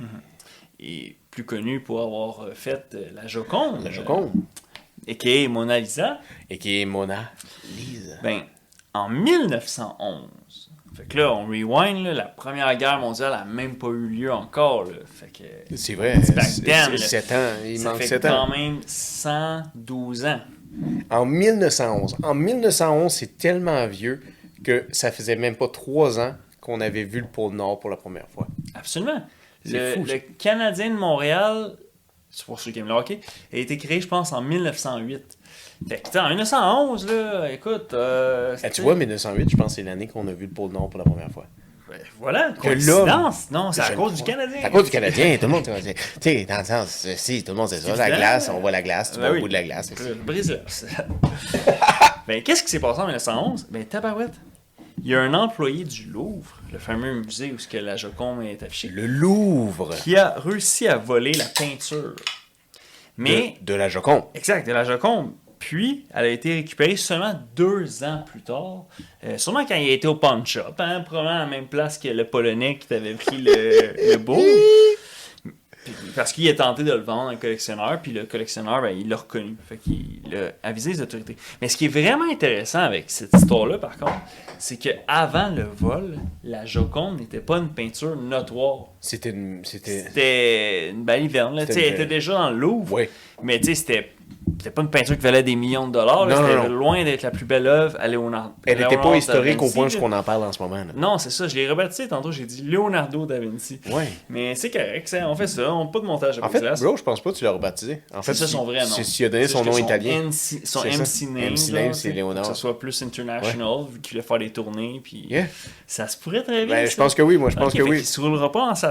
Et plus connu pour avoir euh, fait euh, la Joconde. La Joconde. Et qui est Mona Lisa. Et qui est Mona Lisa. Ben, en mille neuf cent onze. Fait que là, on rewind, là, la Première Guerre mondiale n'a même pas eu lieu encore. Là. Fait que C'est vrai. C'est back then, là. sept ans. Il ça manque fait sept quand ans. même cent douze ans. En mille neuf cent onze. En mille neuf cent onze, c'est tellement vieux que ça faisait même pas trois ans qu'on avait vu le pôle Nord pour la première fois. Absolument. C'est Le, fou, ça. le Canadien de Montréal, c'est pour ceux qui aiment le hockey, a été créé, je pense, en mille neuf cent huit. Fait que, t'sais, en mille neuf cent onze, là, écoute... Euh, Ah, tu vois, mille neuf cent huit, je pense que c'est l'année qu'on a vu le pôle Nord pour la première fois. ben, voilà, Que coïncidence. Non, c'est à Je cause le du crois. Canadien. C'est à cause du Canadien, tout le monde. Tu sais, dans le sens, euh, si, tout le monde sait ça. La évident. glace, on voit la glace, tu Ben vas oui. au bout de la glace. Euh, Brise-glace. Ben, qu'est-ce qui s'est passé en mille neuf cent onze? Ben, tabarouette. Il y a un employé du Louvre, le fameux musée où ce que la Joconde est affichée, Le Louvre qui a réussi à voler la peinture. Mais, de, de la Joconde. exact, de la Joconde. Puis, elle a été récupérée seulement deux ans plus tard. Euh, sûrement quand il a été au pawn shop, hein, probablement à la même place que le Polonais qui t'avait pris le, le beau. Puis, parce qu'il a tenté de le vendre à un collectionneur, puis le collectionneur, ben, il l'a reconnu. Fait qu'il a avisé les autorités. Mais ce qui est vraiment intéressant avec cette histoire-là, par contre, c'est qu'avant le vol, la Joconde n'était pas une peinture notoire. C'était une. C'était. C'était une baliverne. Là. Tu sais, C'était Elle une- était déjà dans le Louvre, Ouais. mais tu sais, c'était c'était pas une peinture qui valait des millions de dollars. là. Non, C'était non, non. loin d'être la plus belle œuvre à Léonard. Elle n'était Léonard pas da historique au Vinci, point là. qu'on en parle en ce moment. Là. Non, c'est ça. Je l'ai rebaptisé tantôt. J'ai dit Leonardo da Vinci. Ouais. Mais c'est correct. ça, On fait ça. On n'a pas de montage à En fait, Brise-Glace. bro, je pense pas que tu l'as rebaptisé. En fait, C'est ça si- son vrai nom. si- S'il a donné C'est son juste nom que italien. M C Son C'est M ça. C name. M C là, name, tu c'est sais, Léonard. Que ce soit plus international, vu qu'il voulait faire des tournées. Puis Yeah. ça se pourrait très bien. Ben, je ça. pense que oui, moi, je pense Ok, que fait oui. qu'il se roulera pas en sa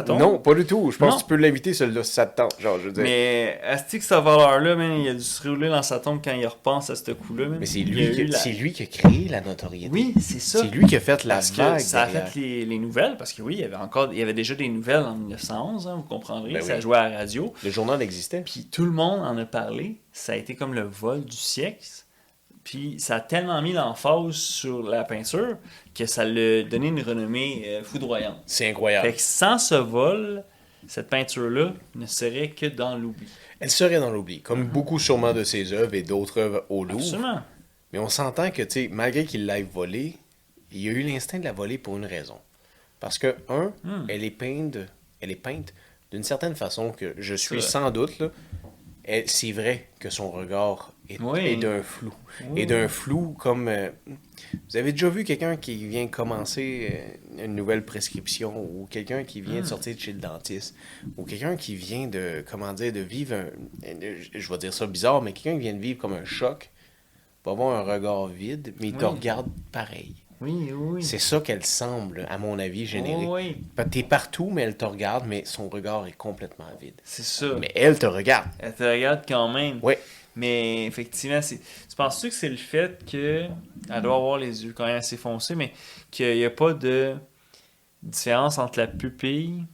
ça tombe. Non, pas du tout. Je pense Non. que tu peux l'inviter, celui-là, si ça te tente. Genre, je veux dire. Mais est-ce que ce voleur-là, man, il a dû se rouler dans sa tombe quand il repense à ce coup-là, man? Mais c'est Il y a lui, eu qui, la- c'est lui qui a créé la notoriété. Oui, c'est ça. C'est lui qui a fait la Parce que vague ça a derrière. fait les, les nouvelles, parce que oui, il y avait encore, il y avait déjà des nouvelles en dix-neuf cent onze, hein, vous comprendrez, Ben ça oui. jouait à la radio. Le journal existait. Puis tout le monde en a parlé, ça a été comme le vol du siècle. Puis ça a tellement mis l'emphase sur la peinture que ça l'a donné une renommée euh, foudroyante. C'est incroyable. Fait que sans ce vol, cette peinture-là ne serait que dans l'oubli. Elle serait dans l'oubli, comme beaucoup sûrement de ses œuvres et d'autres œuvres au Louvre. Absolument. Mais on s'entend que, tu sais, malgré qu'il l'ait volée, il a eu l'instinct de la voler pour une raison. Parce que, un, Hmm. elle est peinte, elle est peinte d'une certaine façon que je suis C'est sans doute, là, elle- c'est vrai que son regard est, Oui. est d'un flou. Oui. Et d'un flou comme... euh, vous avez déjà vu quelqu'un qui vient commencer euh, une nouvelle prescription ou quelqu'un qui vient de sortir de chez le dentiste ou quelqu'un qui vient de, comment dire, de vivre un... un- Je vais dire ça bizarre, mais quelqu'un qui vient de vivre comme un choc va avoir un regard vide, mais il te Oui. regarde pareil. Oui, oui, oui. C'est ça qu'elle semble, à mon avis, générer. Oui, oui. T'es partout, mais elle te regarde, mais son regard est complètement vide. C'est ça. Mais elle te regarde. Elle te regarde quand même. Oui. Mais effectivement, c'est... tu penses-tu que c'est le fait que elle doit avoir les yeux quand même assez foncés, mais qu'il n'y a pas de différence entre la pupille?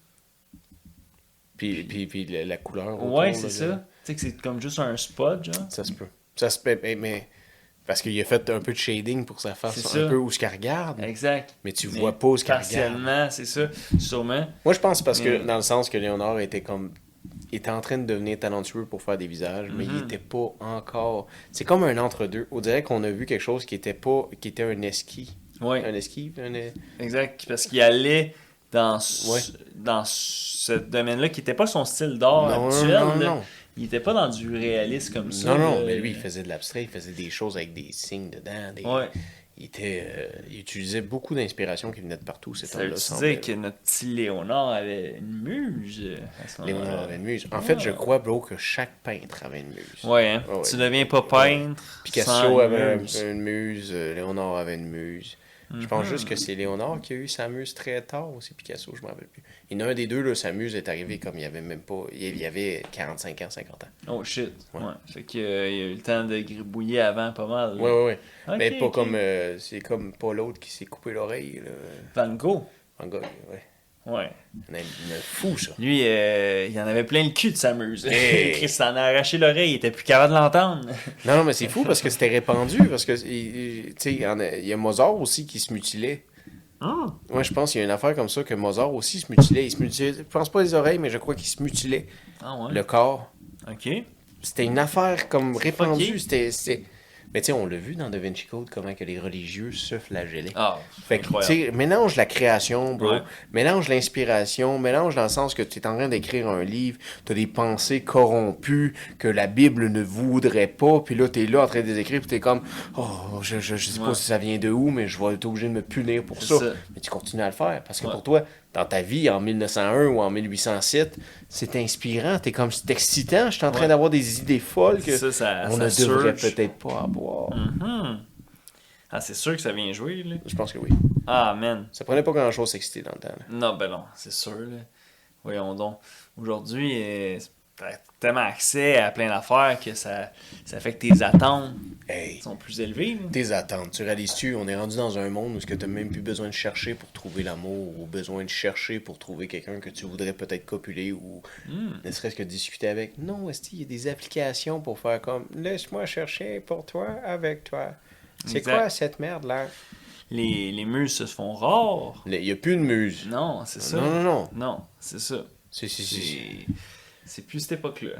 Puis, puis, puis la, la couleur. Ouais, autour, c'est là, ça. Tu sais que c'est comme juste un spot, genre. Ça se peut. Ça se peut, mais, mais- parce qu'il a fait un peu de shading pour sa face, C'est un ça. peu où ce qu'elle regarde. Exact. Mais tu Mais vois pas où ce qu'elle regarde. partiellement, c'est ça, sûrement. Moi, je pense parce que Mais- dans le sens que Léonard était comme était en train de devenir talentueux pour faire des visages, mais il Mhm. était pas encore. C'est comme un entre-deux. On dirait qu'on a vu quelque chose qui était pas, qui était un esquis, Oui, un esquis, un. exact. Parce qu'il allait dans, ce- Ouais. dans ce domaine-là qui n'était pas son style d'art Non, actuel. non, là. non. Il était pas dans du réalisme comme ça. Non, non, là. mais lui, il faisait de l'abstrait, il faisait des choses avec des signes dedans. Des... Ouais. Il, était, euh, il utilisait beaucoup d'inspiration qui venait de partout, cet Ça veut homme-là. dire semblait. que notre petit Léonard avait une muse euh, à ce moment-là. Léonard avait une muse. En fait, je Ah. crois, bro, que chaque peintre avait une muse. Ouais, hein? Ouais, ouais. Tu deviens pas peintre. Picasso sans avait muse. une muse, euh, Léonard avait une muse. Je pense Mhm. juste que c'est Léonard qui a eu sa muse très tard, ou c'est Picasso, je m'en rappelle plus. Il y en a un des deux, là, sa muse est arrivée comme il y avait même pas. Il y avait quarante-cinq ans, cinquante ans. Oh shit. Ouais. Ouais. Fait qu'il euh, il a eu le temps de gribouiller avant pas mal. là. Ouais, ouais, ouais. Ok, Mais pas ok. comme. euh, c'est comme pas l'autre qui s'est coupé l'oreille, là. Van Gogh. Van Gogh, ouais. Ouais. Il y en a il y en a fou, ça. Lui, euh, il en avait plein le cul de sa muse. Hey. Chris s'en a arraché l'oreille, il était plus capable de l'entendre. Non, non, mais c'est fou parce que c'était répandu. Parce que, il- il- tu sais, il y en a- il y a Mozart aussi qui se mutilait. Ah. Moi, je pense qu'il y a une affaire comme ça que Mozart aussi se mutilait. Il se mutilait, je pense pas les oreilles, mais je crois qu'il se mutilait Ah ouais. le corps. Ok. C'était une affaire comme répandue. fucké. C'était, c'était... Mais tu sais, on l'a vu dans Da Vinci Code, comment que les religieux se flagellaient. Ah, Fait que, tu incroyable. sais, mélange la création, bro. Ouais. Mélange l'inspiration. Mélange dans le sens que tu es en train d'écrire un livre, tu as des pensées corrompues que la Bible ne voudrait pas. Puis là, tu es là en train de les écrire, puis tu es comme, oh, je, je, je sais pas Ouais. si ça vient de où, mais je vais être obligé de me punir pour C'est ça. ça. Mais tu continues à le faire. Parce que Ouais. pour toi, dans ta vie, en mille neuf cent un ou en mille huit cent sept, c'est inspirant. T'es comme, c'est excitant. Je suis en train Ouais. d'avoir des idées folles que Ça, ça, on ça ne devrait surge. peut-être pas avoir. Mhm. Ah, c'est sûr que ça vient jouer, là. Je pense que oui. Ah, man. Ça prenait pas grand-chose s'exciter dans le temps. là. Non, ben non, c'est sûr, là. Voyons donc. Aujourd'hui, euh, t'as tellement accès à plein d'affaires que ça, ça fait que tes attentes Hey, sont plus élevées, là. tes attentes. Tu réalises-tu, on est rendu dans un monde où tu n'as même plus besoin de chercher pour trouver l'amour ou besoin de chercher pour trouver quelqu'un que tu voudrais peut-être copuler ou Hmm. ne serait-ce que discuter avec. Non, est-ce qu'il y a des applications pour faire comme laisse-moi chercher pour toi, avec toi. C'est Exact. quoi cette merde-là? Les, les muses se font rares. Il n'y a plus de muse. Non, c'est ça. Non, non, non. Non, c'est ça. C'est, c'est, c'est- C'est c'est plus cette époque-là.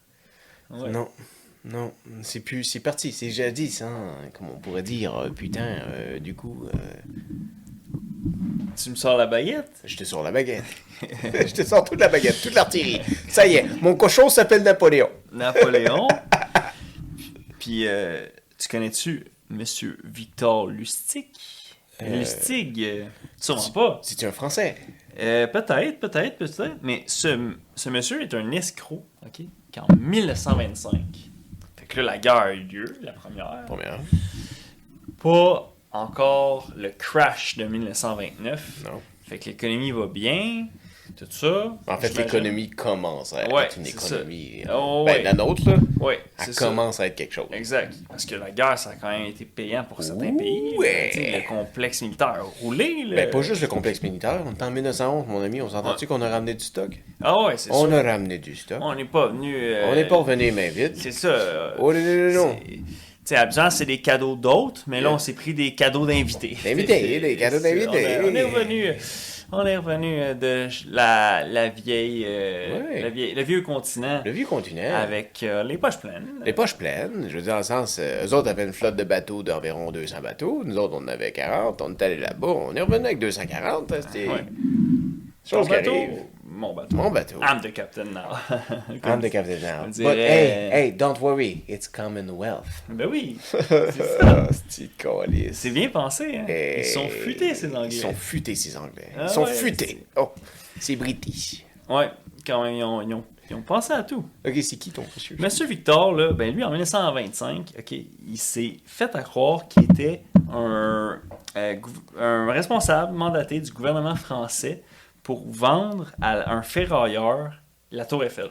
Ouais. Non. Non, c'est plus, c'est parti, c'est jadis, hein, comme on pourrait dire, euh, putain, euh, du coup, euh, Tu me sors la baguette? j'étais sur la baguette. Je te sors toute la baguette, toute l'artillerie. Ça y est, mon cochon s'appelle Napoléon. Napoléon. Puis, euh, tu connais-tu Monsieur Victor Lustig? Euh, Lustig, euh, sûrement pas. C'est-tu un Français? Euh, peut-être, peut-être, peut-être. Mais ce, ce monsieur est un escroc, OK? Qu'en mille neuf cent vingt-cinq, fait que là, la guerre a eu lieu, la première. Première. Pas encore le crash de mille neuf cent vingt-neuf. Non. Fait que l'économie va bien. tout ça. En fait, j'imagine. l'économie commence à être Ouais, une c'est ça. économie. euh, Oh, ben, ouais. la nôtre, là, Ouais, elle c'est ça. commence à être quelque chose. Exact. Parce que la guerre, ça a quand même été payant pour certains Ouh, pays. ouais. Tu sais, le complexe militaire a roulé. Là. Ben, pas juste le complexe militaire. On est en mille neuf cent onze, mon ami. On s'entend-tu qu'on a ramené du stock? Ah ouais, c'est On ça. a ramené du stock. On n'est pas venu. euh, On n'est pas revenu main vide. C'est ça. euh, Oh non, non, non, non. c'est- Tu sais, habituellement, c'est des cadeaux d'autres, mais là, on s'est pris des cadeaux d'invités. D'invités, des cadeaux C'est- d'invités. On, est- on est revenu. On est revenu euh, de la, la vieille, euh, Ouais. la vieille, le vieux continent Le vieux continent. avec euh, les poches pleines. Les poches pleines. Je veux dire, dans le sens, euh, eux autres avaient une flotte de bateaux d'environ deux cents bateaux. Nous autres, on en avait quarante. On est allé là-bas. On est revenu avec deux cent quarante. hein, C'était Ouais. chose Ton qui bateau, arrive. mon bateau. Mon bateau. I'm the captain now. I'm the captain now. on But dirait- hey, hey, don't worry. It's Commonwealth. Ben oui, Ah, c'est calice. c'est bien pensé. Hein? Et- Ils sont futés, ces Anglais. Ils sont futés, ces Anglais. Ah Ils sont ouais, futés. Oh, c'est british. Ouais, quand même, ils ont, ils ont, ils ont pensé à tout. Ok, c'est qui ton monsieur? Monsieur Victor, là, ben lui, en dix-neuf cent vingt-cinq, ok, il s'est fait à croire qu'il était un, euh, gouv- un responsable mandaté du gouvernement français pour vendre à un ferrailleur la Tour Eiffel.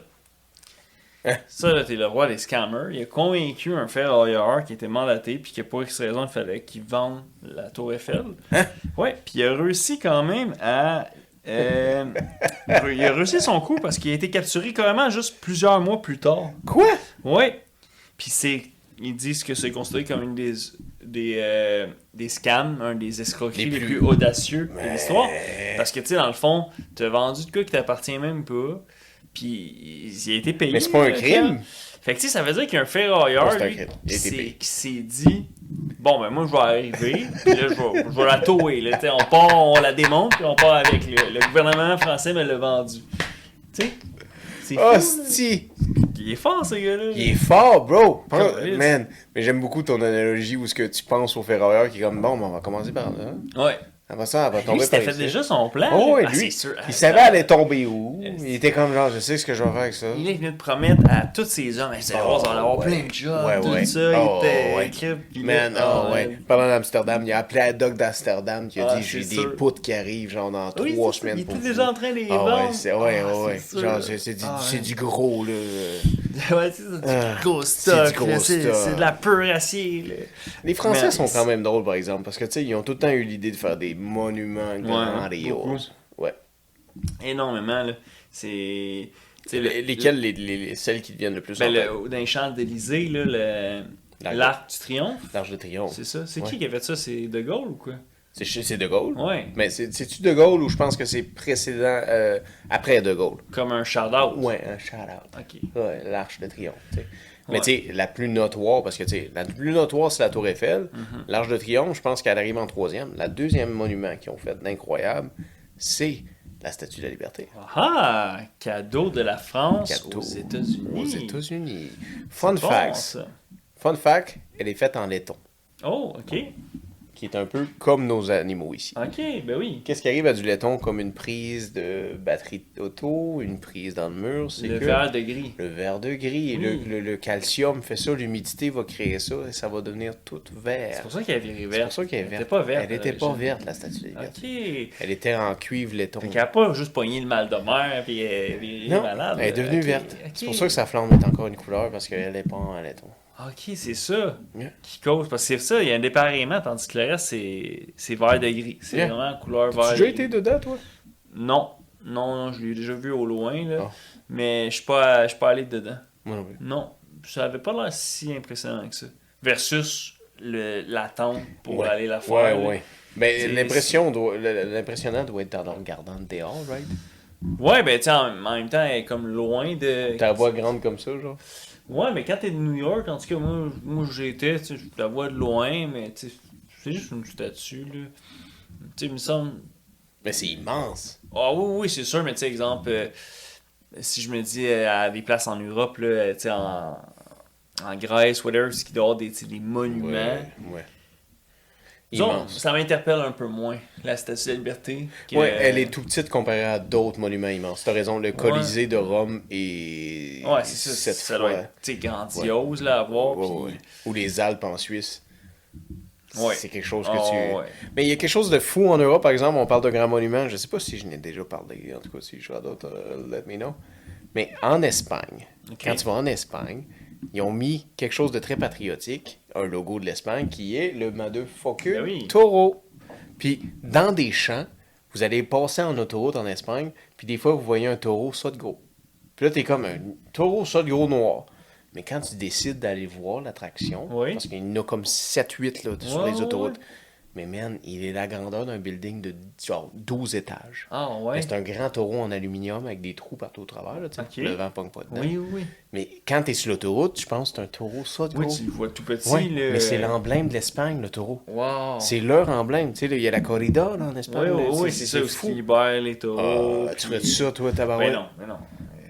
Hein? Ça, là, t'es le roi des scammers. Il a convaincu un ferrailleur qui était mandaté, puis que pour X raison, il fallait qu'il vende la Tour Eiffel. Hein? Ouais, puis il a réussi quand même à. euh, il a réussi son coup parce qu'il a été capturé carrément juste plusieurs mois plus tard. Quoi? Ouais. Puis c'est. Ils disent que c'est considéré comme une des. des, euh, des scams, un des escroqueries Les les plus- plus, audacieux de Mais- l'histoire. Parce que, tu sais, dans le fond, t'as vendu de quoi qui t'appartient même pas. Puis il a été payé. Mais c'est pas un là, crime. quand- Fait que, tu sais, ça veut dire qu'il y a un ferrailleur, Oh, c'est un lui, crime. Il qui a été s'est- payé. qui s'est dit bon, ben moi, je vais arriver, puis là, je vais, je vais la tower. Là, tu sais, on part, on la démonte, puis on part avec. Le, le gouvernement français me l'a vendu. Tu sais, c'est fou, là. Hostie! Il est fort, ce gars-là. Il est fort, bro! Pense- Caliste. Man, mais j'aime beaucoup ton analogie où ce que tu penses au ferrailleur qui est comme bon, ben, on va commencer par là. Ouais. Après ça, elle va Lui, tomber c'était par fait ici. déjà son plan. Oh, là. ouais, Ah, lui, c'est sûr. il savait elle allait tomber où. Il était comme genre, je sais ce que je vais faire avec ça. Il est venu de promettre à tous ces hommes, vous allez voir, ça va avoir ouais. plein de jobs, Ouais, tout ouais. ça. Oh, il était ouais. crib, puis Man, là, oh ouais. Parlant d'Amsterdam, il a appelé la doc d'Amsterdam qui a Ah, dit j'ai c'est des sûr. poutres qui arrivent genre dans Oui, trois c'est ça, semaines il pour était vous. déjà en train de les Ah vendre. ouais, c'est ouais, Ah, ouais, ouais. c'est sûr. Genre c'est c'est du, Ah, c'est ouais. du gros là. Ouais, c'est ça, du Ah, gros c'est stock. du gros là, C'est stock. c'est de la pure acier. Là. Les Français Mais- sont quand même drôles par exemple parce que tu sais ils ont tout le temps eu l'idée de faire des monuments grandioses. Ouais. Énormément. Là. C'est. tu sais, le- Les- Lesquelles les, les, les- celles qui deviennent le plus Ben, en tête? le, dans les champs d'Élysée, là, le, L'arc. l'arc du triomphe. L'Arche de Triomphe. C'est ça. C'est Ouais. qui qui a fait ça? C'est De Gaulle ou quoi? C'est chez- c'est De Gaulle. Ouais. Mais c'est- c'est-tu De Gaulle ou je pense que c'est précédent euh, après De Gaulle? Comme un shout-out. Ouais, un shout-out. Ok. Ouais, l'Arche de Triomphe. tu sais. Mais Ouais. tu sais, la plus notoire, parce que tu sais, la plus notoire, c'est la Tour Eiffel. Mhm. L'Arche de Triomphe, je pense qu'elle arrive en troisième. La deuxième monument qu'ils ont fait d'incroyable, c'est la Statue de la Liberté. Ah! Cadeau de la France Cadeau aux États-Unis. Aux États-Unis. Fun Bon, fact. ça. Fun fact, elle est faite en laiton, Oh, ok. qui est un peu comme nos animaux ici. Ok, ben oui. Qu'est-ce qui arrive à du laiton comme une prise de batterie auto, une prise dans le mur, c'est Le que verre de gris. le verre de gris, Oui. le, le- le calcium fait ça, l'humidité va créer ça et ça va devenir tout vert. C'est pour ça qu'elle est virée C'est verte. pour ça qu'elle est Elle verte. était pas verte. Elle était à pas l'origine. verte, la statue de la Liberté. Ok. Elle était en cuivre laiton. Fait qu'elle a pas juste pogné le mal de mer puis elle est virée Non, malade. elle est devenue Ok, verte. ok. C'est pour ça que sa flamme est encore une couleur parce qu'elle est pas en laiton. Ok, c'est ça Yeah. qui cause. Parce que c'est ça, il y a un dépareillement, tandis que le reste, c'est, c'est vert de gris. C'est Yeah. vraiment couleur Tu vert as de déjà gris. été dedans, toi? Non, non, non, je l'ai déjà vu au loin, là. Ah. Mais je suis pas, je suis pas allé dedans. Moi non plus. Non, ça avait pas l'air si impressionnant que ça. Versus le, l'attente pour Ouais. aller la faire. Ouais, là. ouais. Mais C'est- l'impression doit, le- l'impressionnant doit être dans le regardant de dehors, right? Ouais, ben tu sais, en, en même temps, elle est comme loin de. Ta voix grande comme ça, genre? Ouais, mais quand t'es de New York, en tout cas, moi, moi j'étais, tu sais, je la vois de loin, mais tu sais, c'est juste une statue, là. Tu sais, il me semble. Mais c'est immense. Ah oui, oui, c'est sûr, mais tu sais, exemple, euh, si je me dis euh, à des places en Europe, là, tu sais, en, en Grèce, whatever, ce qui doit avoir des, tu sais, des monuments. Ouais. ouais. Disons, Immense. ça m'interpelle un peu moins, la Statue de la Liberté. que- Ouais, elle est tout petite comparée à d'autres monuments immenses. T'as raison, le Colisée de Rome est. Ouais, c'est ça, cette ça fois. doit être tu sais, grandiose là, à voir. Ouais, puis ouais. Ou les Alpes en Suisse. Ouais. c'est quelque chose que Oh, tu... ouais. Mais il y a quelque chose de fou en Europe, par exemple, on parle de grands monuments, je sais pas si je n'ai déjà parlé, en tout cas, si je vois d'autres, uh, let me know. Mais en Espagne, Ok. quand tu vas en Espagne, ils ont mis quelque chose de très patriotique, un logo de l'Espagne, qui est le motherfucker Ben oui. taureau. Puis, dans des champs, vous allez passer en autoroute en Espagne, puis des fois, vous voyez un taureau, ça de gros. Puis là, t'es comme un taureau, ça de gros noir. Mais quand tu décides d'aller voir l'attraction, Oui. parce qu'il y en a comme sept huit là, sur Ouais, les ouais, autoroutes, ouais. mais man, il est la grandeur d'un building de genre douze étages. Ah, Mais ouais. c'est un grand taureau en aluminium avec des trous partout au travers, là, tu sais, Ok. pour que le vent pogne pas dedans. Oui, oui, oui. Mais quand t'es sur l'autoroute, je pense que c'est un taureau, ça de Oui, gros. tu le vois tout petit, Ouais, là. mais c'est l'emblème de l'Espagne, le taureau. Wow. C'est leur emblème. Tu sais, là, il y a la corrida là, en Oui, Espagne. oui, là, oui, c'est c'est ça, où fou. ils libèrent les taureaux. Ah, tu puis- ferais ça, toi, tabarouette? Ben non, ben non.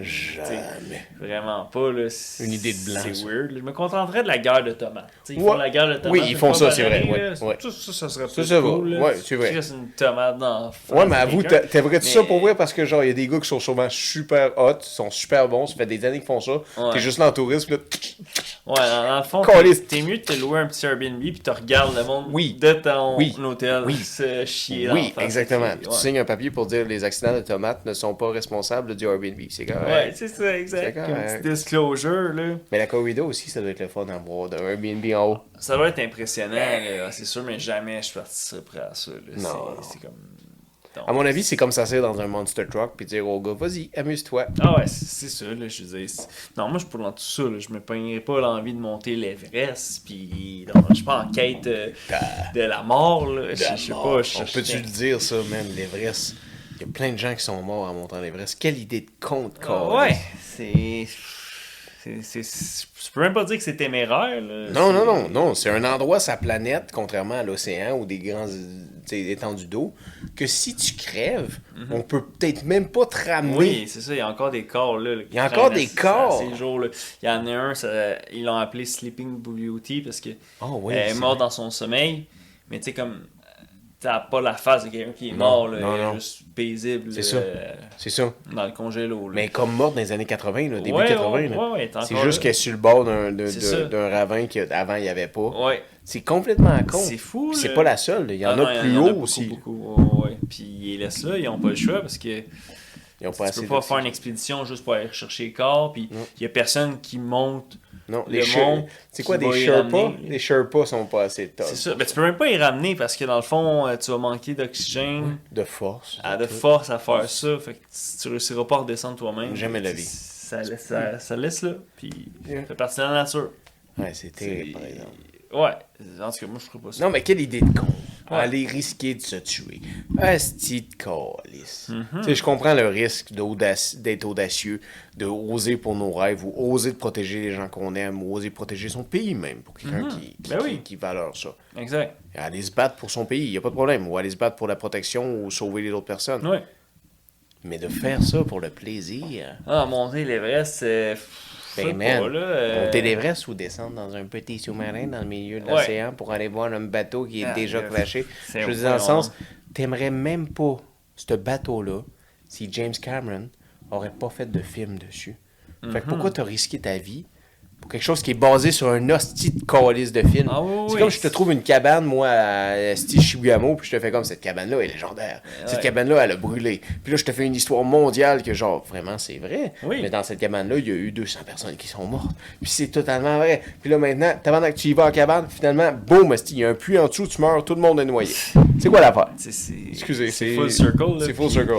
Jamais. Vraiment pas, là. c'est- Une idée de blanc, C'est ça. weird. là. Je me contenterais de la guerre de tomates. T'sais, ils Ouais. font la guerre de tomates. Oui, ils une font fois ça, par c'est vrai, année, ouais, là. ouais. Ça, ça, ça serait Ça, plus ça va. cool, là. Ouais, c'est vrai. Chris, une tomate dans Ouais, mais avoue, t'a- t'aimerais-tu ça Mais- pour vrai? Parce que, genre, il y a des gars qui sont sûrement super hot, sont super bons, ça fait des années qu'ils font ça. Ouais. T'es juste là en tourisme, là. Ouais, dans, dans le fond, Caliste. t'es mieux de te louer un petit Airbnb puis tu regardes le monde Oui. de ton Oui. hôtel Oui. se chier dans Oui, la face. exactement. Ouais. Puis tu signes un papier pour dire les accidents de tomates ne sont pas responsables du Airbnb. C'est correct. Ouais, c'est ça, exact. C'est Comme correct. petit disclosure, là. Mais la corrida aussi, ça doit être le fun à voir d'un Airbnb en haut. Ça va être impressionnant, là, c'est sûr, mais jamais je participerai prêt à ça. Là. Non. C'est, c'est comme. À mon avis, c'est comme ça, c'est dans un monster truck, puis dire au gars, vas-y, amuse-toi. Ah ouais, c'est, c'est ça, là, je veux dire. c'est- Non, moi, je suis pas dans tout ça, là. Je me peignerais pas l'envie de monter l'Everest, puis non, je suis pas en quête euh, de la mort, là. Je je sais pas, je On peut-tu le dire, ça, man, l'Everest? Il y a plein de gens qui sont morts en montant l'Everest. Quelle idée de compte, Ah quoi. ouais, c'est. c'est, c'est, c'est- Je peux même pas dire que c'est téméraire, là. Non, C'est- non, non, non. C'est un endroit, sa planète, contrairement à l'océan ou des grands tu sais, étendues d'eau, que si tu crèves, on peut peut-être même pas te ramener. Oui, c'est ça, il y a encore des corps là. là, qui Il y a encore traînent des à- corps. à Ces jours, là. Il y en a un, ça- ils l'ont appelé Sleeping Beauty parce que Oh, oui, elle est c'est morte vrai. dans son sommeil. Mais tu sais, comme t'as pas la face de quelqu'un qui est Non, mort, là, non, elle est non. juste paisible C'est euh, ça. C'est ça. dans le congélo. Là. Mais comme morte dans les années quatre-vingts, là, début Ouais, quatre-vingts. ouais, là. ouais, ouais, t'es C'est encore juste là. qu'elle est sur le bord d'un, de- C'est de- ça. d'un ravin qu'avant il n'y avait pas. Ouais. C'est complètement con. C'est fou. Puis c'est là. pas la seule. là. Il y en Ah a non, il plus y en haut beaucoup, aussi. Beaucoup, ouais, ouais. Puis ils les laissent là, ils ont pas le choix parce que Ils ont tu pas assez peux pas de- faire une expédition juste pour aller chercher les corps. Puis Non. il y a personne qui monte. Non, le les Sher- monde C'est quoi qui des va y Sherpas? ramener. Les Sherpas sont pas assez top. C'est ça. Ben, tu peux même pas y ramener parce que dans le fond, euh, tu vas manquer d'oxygène, De force. à de force à faire ça. Fait que tu tu réussiras pas à redescendre toi-même. Jamais de la vie. Ça laisse, ça, ça laisse là. Puis Yeah. ça fait partie de la nature. Ouais, c'est terrible, C'est- par exemple. Ouais. En tout cas, moi, je ferais pas ça. Non, mais quelle idée de con. Ouais. Aller risquer de se tuer. Asti de calice. Mhm. Tu sais, je comprends le risque d'audaci- d'être audacieux, de oser pour nos rêves, ou oser de protéger les gens qu'on aime, ou oser protéger son pays même, pour quelqu'un Mhm. qui, qui, Ben oui. qui, qui valeur ça. Exact. Aller se battre pour son pays, il n'y a pas de problème. Ou aller se battre pour la protection ou sauver les autres personnes. Ouais. Mais de faire ça pour le plaisir. Ah, monter l'Everest, c'est. Ben, man, là, euh, monter l'Everest ou descendre dans un petit sous-marin dans le milieu de Ouais. l'océan pour aller voir un bateau qui est Ah, déjà euh, crashé. c'est Je veux dire, dans le voyons sens, t'aimerais même pas ce bateau-là si James Cameron aurait pas fait de film dessus. Fait que Mhm. pourquoi t'as risqué ta vie pour quelque chose qui est basé sur un hostie de calice de film? Ah oui, c'est oui. comme je te trouve une cabane, moi, à Sti Shibuyamo, puis je te fais comme cette cabane-là est légendaire. Cette Ouais. cabane-là, elle a brûlé. Puis là, je te fais une histoire mondiale que, genre, vraiment, c'est vrai. Oui. Mais dans cette cabane-là, il y a eu deux cents personnes qui sont mortes. Puis c'est totalement vrai. Puis là, maintenant, pendant que tu y vas en cabane, finalement, boum, esti, il y a un puits en dessous, tu meurs, tout le monde est noyé. C'est quoi l'affaire? C'est, c'est, Excusez, c'est... full circle. Là, C'est full puis circle.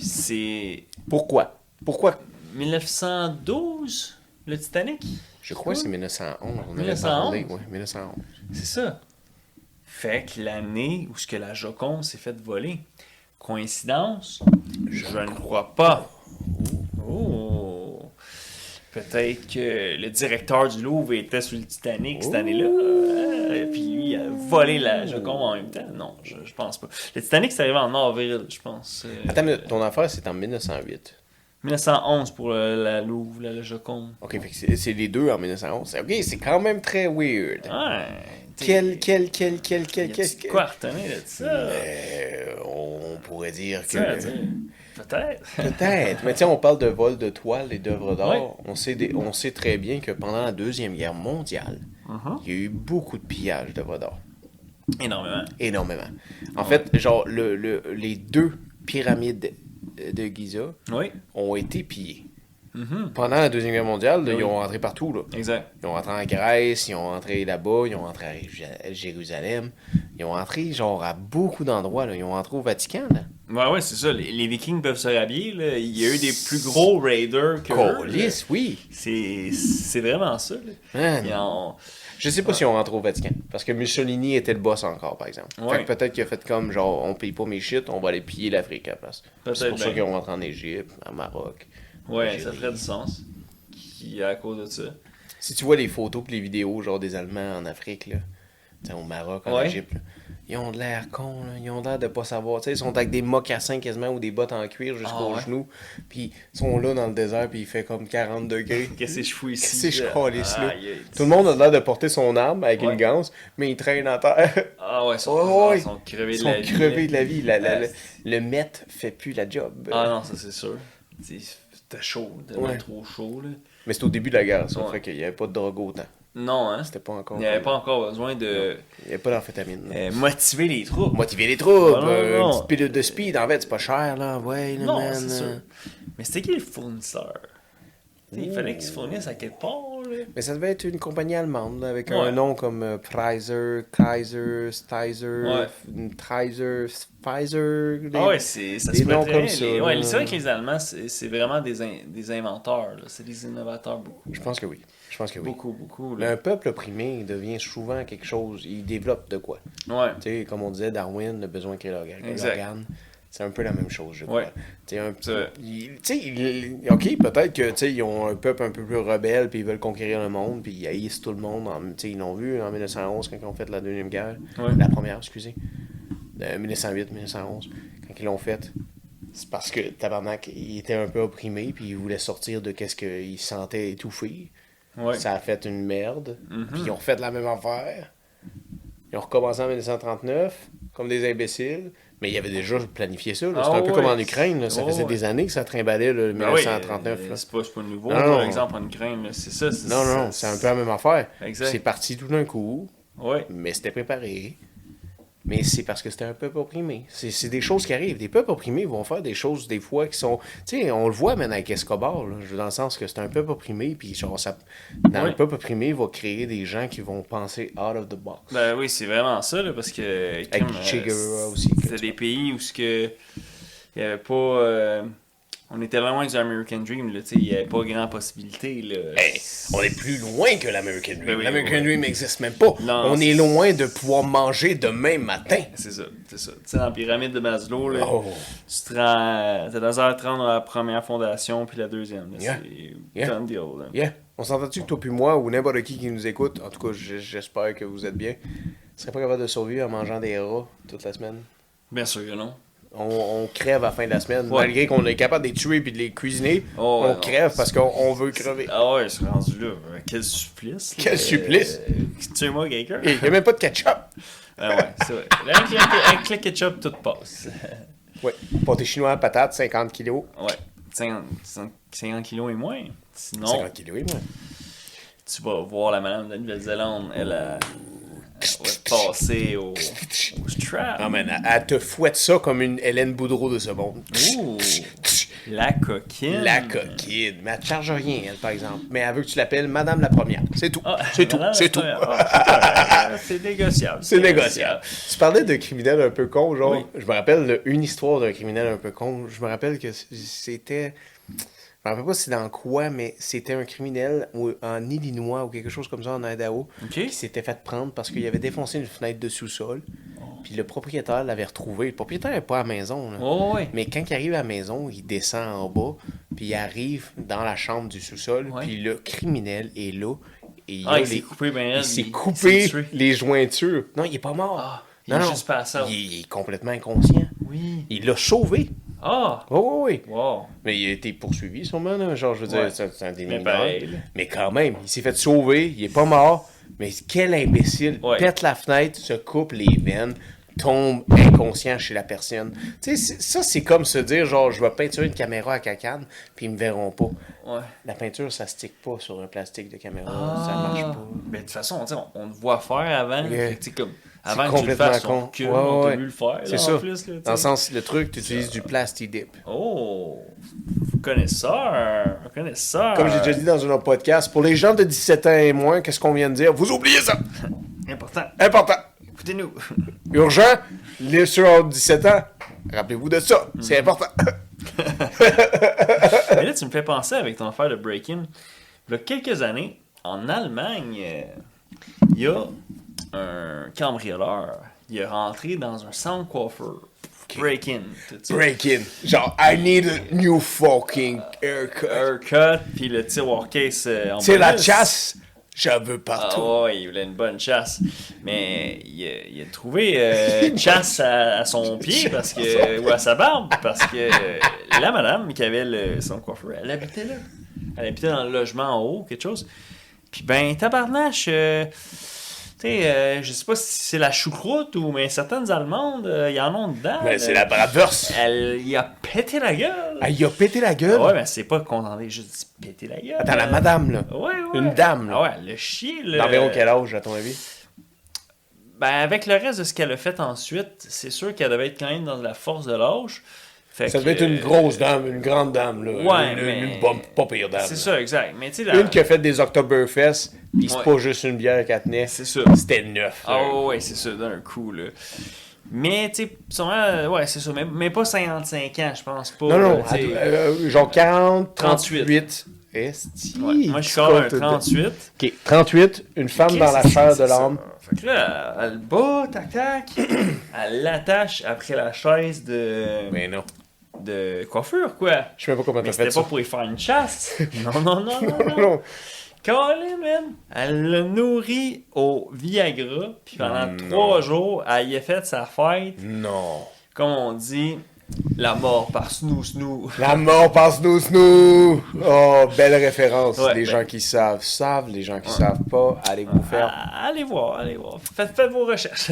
C'est Pourquoi? Pourquoi? dix-neuf cent douze, le Titanic. Je crois que c'est mille neuf cent onze. On avait mille neuf cent onze? parlé, ouais, mille neuf cent onze. C'est ça. Fait que l'année où ce que la Joconde s'est faite voler. Coïncidence? Je ne crois pas. Oh. Peut-être que le directeur du Louvre était sur le Titanic cette année-là. euh, Et puis lui, il a volé la Joconde en même temps. Non, je, je pense pas. Le Titanic, c'est arrivé en avril, je pense. euh, Attends, mais ton affaire, c'est en mille neuf cent huit. mille neuf cent onze pour le- la Louvre, la, la Joconde. OK, fait que c'est, c'est les deux en mille neuf cent onze. OK, c'est quand même très weird. Ouais. t'sais, Quel, quel, quel, quel, quel, y quel... a-tu de quoi retenir de ça? Euh, on pourrait dire que... Ça, t'sais, Peut-être. Peut-être. Mais tu sais, on parle de vol de toiles et d'œuvres d'art. Ouais. On, sait des- on sait très bien que pendant la Deuxième Guerre mondiale, Mhm. il y a eu beaucoup de pillages d'œuvres d'art. Énormément. Énormément. En Ouais. fait, genre, le, le, les deux pyramides de Giza Oui. ont été pillées. Mhm. Pendant la Deuxième Guerre mondiale, là, Oui. ils ont rentré partout. Là. Exact. Ils ont rentré en Grèce, ils ont rentré là-bas, ils ont rentré à Jéru- Jérusalem. Ils ont rentré, genre, à beaucoup d'endroits. Là. Ils ont rentré au Vatican, là. Ouais, ouais, c'est ça. Les, les Vikings peuvent se rhabiller. Là. Il y a eu des plus gros raiders que. eux, là. Colis, oui. C'est c'est vraiment ça. Là. Man. Ils ont- Je sais pas si on rentre au Vatican. Parce que Mussolini était le boss encore, par exemple. Ouais. Fait que peut-être qu'il a fait comme, genre, on paye pas mes shit, on va aller piller l'Afrique à la place. Peut-être C'est pour ça bien. qu'ils ont rentré en Égypte, en Maroc. Ouais, Algérie. ça ferait du sens. Qui, à cause de ça. Si tu vois les photos et les vidéos, genre, des Allemands en Afrique, là, t'sais, au Maroc, en Ouais. Égypte, là, ils ont de l'air cons, là. Ils ont l'air de pas savoir. T'sais, ils sont avec des mocassins quasiment ou des bottes en cuir jusqu'aux Ah ouais. genoux. Puis ils sont là dans le désert, puis il fait comme quarante degrés. Qu'est-ce que je fous ici? Qu'est-ce que je là? calisse, là? Aïe, aïe. Tout le monde a l'air de porter son arme avec Ouais. une ganse, mais ils traînent en terre. Ah ouais, ils sont, Ouais, ouais. ils sont crevés Ils de sont la vie. crevés là. de la vie. La- la- Ah, le, c'est- le maître fait plus la job. Ah non, ça c'est sûr. C'est- C'était chaud, tellement Ouais. trop chaud. Là. Mais c'était au début de la guerre, ça. Ouais. Fait qu'il n'y avait pas de drogue autant. Non, hein? C'était pas encore. Il n'y avait pas encore besoin de Il n'y avait pas d'amphétamine. là. euh, motiver les troupes. Motiver les troupes, Non, non, euh, non. une petite pilule de speed, en fait, c'est pas cher, là. Ouais, là, Non, man, c'est euh. sûr. Mais c'était qui le fournisseur? T'sais, il fallait qu'il se fournisse à quelque part. Là. Mais ça devait être une compagnie allemande, là, avec Ouais. un nom comme euh, Preiser, Kaiser, Stizer, Ouais. f- Treiser, Pfizer. des- Ah ouais, c'est, ça des se noms peut comme très- ça, les- là. ouais, c'est vrai que les Allemands, c'est, c'est vraiment des, in- des inventeurs. Là. C'est des innovateurs beaucoup. Je pense que oui. Je pense que oui. Beaucoup, beaucoup. Mais Là. un peuple opprimé devient souvent quelque chose, il développe de quoi. Ouais. Tu sais, comme on disait, Darwin, le besoin de créer l'organe. Exact. l'organe. C'est un peu la même chose, je crois. Ouais. Tu sais, un- C'est vrai. il- tu sais, il- ok, peut-être que tu sais, ils ont un peuple un peu plus rebelle, puis ils veulent conquérir le monde, puis ils haïssent tout le monde. En- tu sais, ils l'ont vu en mille neuf cent onze quand ils ont fait la deuxième guerre, Ouais. la première, excusez, de mille neuf cent huit mille neuf cent onze, quand ils l'ont fait. C'est parce que Tabarnak, il était un peu opprimé, puis il voulait sortir de qu'est-ce qu'il sentait étouffé. Ouais. Ça a fait une merde. Mhm. Puis ils ont refait la même affaire. Ils ont recommencé en mille neuf cent trente-neuf, comme des imbéciles. Mais ils avaient déjà planifié ça. là. Ah C'était un peu ouais. comme en Ukraine. là. Ça Oh faisait ouais. des années que ça trimballait, le Ben oui, mille neuf cent trente-neuf. euh, là. c'est, pas, c'est pas nouveau, Non, par non. exemple, en Ukraine. Là. C'est ça. C'est, Non, non, c'est un peu la même affaire. Exact. C'est parti tout d'un coup, Ouais. mais c'était préparé. Mais c'est parce que c'était un peuple opprimé. C'est c'est des choses qui arrivent. Des peuples opprimés vont faire des choses des fois qui sont... Tu sais, on le voit même avec Escobar, là, je veux dans le sens que c'est un peuple opprimé, puis genre, ça... dans Ouais. le peuple opprimé, il va créer des gens qui vont penser out of the box. Ben oui, c'est vraiment ça, là, parce que. Avec comme, Che euh, Guevara aussi, que C'était tu des pays où ce que. Il y avait pas. euh, on était loin du American Dream, là, tu sais, il n'y avait pas grand possibilité, là. Hey, on est plus loin que l'American Dream. Ben oui, L'American ouais. Dream n'existe même pas. Non, on c'est- est loin de pouvoir manger demain matin. C'est ça, c'est ça. Tu sais, dans la pyramide de Maslow, là, Oh. tu te rends. T'as deux heures trente dans la première fondation, puis la deuxième. Là, Yeah. C'est Yeah. done deal, là. Yeah. On s'entend-tu que toi puis moi, ou n'importe qui qui nous écoute, en tout cas, j- j'espère que vous êtes bien, serait pas capable de survivre en mangeant des rats toute la semaine? Bien sûr que non. On, on crève à la fin de la semaine. Ouais. Malgré qu'on est capable de les tuer puis de les cuisiner, Oh, ouais, on non. crève parce qu'on on veut crever. Ah ouais, c'est rendu là. Euh, Quel supplice. là. Quel supplice? Euh, Tue-moi quelqu'un. Il n'y a même pas de ketchup. Ah ouais, c'est vrai. Avec le, avec le ketchup, tout passe. Ouais. Pâté chinois, patates, cinquante kilos. Ouais. cinquante, cinquante kilos et moins. Sinon, cinquante kilos, oui, moi. tu vas voir la madame de la Nouvelle-Zélande, elle, a- elle va passer au, au strap. Non, mais elle, elle te fouette ça comme une Hélène Boudreau de ce monde. Ouh, la coquine. La coquine. Mais elle te charge rien, elle, par exemple. Mais elle veut que tu l'appelles Madame la Première. C'est tout. Ah, c'est tout. madame, C'est tout. ah, c'est négociable. C'est négociable. Tu parlais de criminel un peu con, genre. Oui. Je me rappelle de une histoire d'un criminel un peu con. Je me rappelle que c'était. Je me rappelle pas c'est dans quoi, mais c'était un criminel au- en Illinois ou quelque chose comme ça, en Idaho, Ok. qui s'était fait prendre parce qu'il avait défoncé une fenêtre de sous-sol. Puis le propriétaire l'avait retrouvé. Le propriétaire n'est pas à la maison, là. Oh, ouais. Mais quand il arrive à la maison, il descend en bas, puis il arrive dans la chambre du sous-sol, Ouais. puis le criminel est là. Et il, Ah, a il s'est les- coupé ben il raide, s'est il- coupé il s'est tué. les jointures. Non, il est pas mort. Ah, il est juste passé out. Il, est- il est complètement inconscient. Oui. Il l'a sauvé. Ah! Oui, oui, oui. Wow. Mais il a été poursuivi, sûrement, là. Genre, je veux dire, Ouais. c'est c'est un délit Mais mineur. pareil, là. Mais quand même, il s'est fait sauver, il est pas mort. Mais quel imbécile. Ouais. Pète la fenêtre, se coupe les veines, tombe inconscient chez la personne. Tu sais, c'est- ça, c'est comme se dire, genre, je vais peinturer une caméra à cacane, puis ils me verront pas. Ouais. La peinture, ça stick pas sur un plastique de caméra. Ah. Ça marche pas. Ben, de toute façon, tu sais, on, on le voit faire avant. Yeah. Fait que, tu sais, comme, Avant que tu le complètement fasses, con. on recule, Ouais, on t'a ouais. vu le faire, C'est là, ça. en plus. Là, Dans le t'sais. sens, le truc, tu utilises du plasti-dip. Oh, connaisseur, connaisseur. Comme j'ai déjà dit dans un autre podcast, pour les gens de dix-sept ans et moins, qu'est-ce qu'on vient de dire? Vous oubliez ça! Important. Important! Écoutez-nous. Urgent, les ceux en dix-sept ans, rappelez-vous de ça, Mm. c'est important. Mais là, tu me fais penser avec ton affaire de break-in. Il y a quelques années, en Allemagne, euh, il y a un cambrioleur. Il est rentré dans un salon de coiffeur. Break-in. tout ça. Break-in. Genre, I need a new fucking haircut. Haircut, puis le tiroir case euh, en C'est la bonus. chasse, j'en veux partout. Ah ouais, il voulait une bonne chasse. Mais il a, il a trouvé euh, chasse à, à son pied parce que, ou à sa barbe parce que euh, la madame qui avait le, son coiffeur, elle habitait là. Elle habitait dans le logement en haut, quelque chose. Puis ben, tabarnache, euh, tu sais, euh, je sais pas si c'est la choucroute ou, mais certaines Allemandes, euh, il y en ont dedans. Mais là. c'est la braverse. Elle y a pété la gueule. Ah, il a pété la gueule. Ouais, mais c'est pas qu'on en ait juste pété la gueule. Attends, la madame, là. Ouais, ouais. Une dame, là. Ah ouais, le chien, là. D'environ quel âge, à ton avis? Ben, avec le reste de ce qu'elle a fait ensuite, c'est sûr qu'elle devait être quand même dans la force de l'âge. Fait Ça que, devait être une euh, grosse dame, une grande dame, là. Ouais, une, mais- une bonne, pas pire dame. C'est là. ça, exact. Mais tu sais, la... Une qui a fait des Oktoberfest, pis c'est Ouais. pas juste une bière qu'elle tenait. C'est ça. C'était neuf. là. Ah ouais, c'est ça, d'un coup, là. Mais, tu sais, sûrement, euh, ouais, c'est ça. Mais, mais pas cinquante-cinq ans, je pense pas. Non, non, là, tu sais. euh, genre quarante, trente-huit. trente-huit. Esti, Ouais, moi, je suis encore un trente-huit. Ok, trente-huit, une femme dans la Qu'est-ce que chair c'est de ça? l'âme. Fait que là, elle le bat, tac, tac. Elle l'attache après la chaise de, Mais non. de coiffure, quoi. Je sais même pas comment Mais t'as fait c'était ça. pas pour y faire une chasse. Non, non, non, non, non. Non. Colin, man. Elle le nourrit au Viagra. Puis pendant Non. trois jours, elle y a fait sa fête. Non. Comme on dit, la mort par snoo snoo. La mort passe nous nous. Oh, belle référence. Ouais, les ben- gens qui savent, savent. Les gens qui savent pas, allez vous faire. Ah, allez voir, allez voir. Faites, faites vos recherches.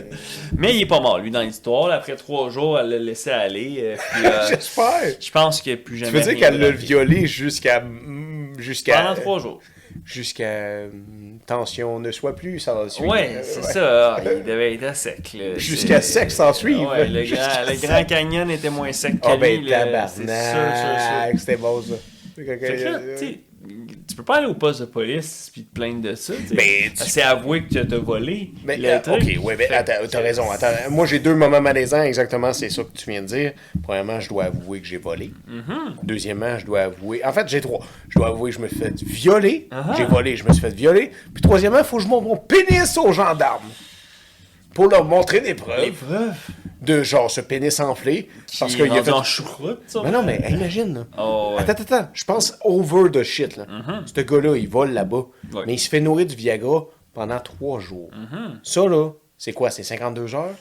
Mais il est pas mort, lui, dans l'histoire. Après trois jours, elle l'a laissé aller. euh, puis, euh, J'espère. je pense qu'il n'y a plus Tu jamais veux dire rien qu'elle l'a arrivé. violé jusqu'à. mm, jusqu'à. Pendant trois jours. Jusqu'à. mm, Tension ne soit plus sans suite. Ouais, Euh, c'est ouais. ça. Ah, il devait être à sec. là. Jusqu'à C'est- sec sans suivre. Ouais, le, Jusqu'à grand, le sec. Grand Canyon était moins sec que Oh, lui. ben, là. C'est sûr, sûr, sûr. tabarnak. C'était bon, ça. Fait que là, tu sais, tu peux pas aller au poste de police puis te plaindre de ça. tu sais. Ben, tu- C'est avouer que tu as volé. Mais, le euh, truc. ok, ouais, mais Fait attends, que- t'as raison. Attends, moi j'ai deux moments malaisants, exactement, c'est ça que tu viens de dire. Premièrement, je dois avouer que j'ai volé. Mhm. Deuxièmement, je dois avouer. En fait, j'ai trois. Je dois avouer que je me suis fait violer. Ah. J'ai volé, je me suis fait violer. Puis troisièmement, il faut que je montre mon pénis aux gendarmes. Pour leur montrer des preuves L'épreuve. de genre ce pénis enflé. Parce Qui est qu'il a rendu fait. en choucroute, ça. Mais non, mais hey, imagine, là. Oh, ouais. Attends, attends, je pense over the shit, là. Mhm. Ce gars-là, il vole là-bas, Ouais. mais il se fait nourrir du Viagra pendant trois jours. Mhm. Ça, là, c'est quoi? C'est cinquante-deux heures?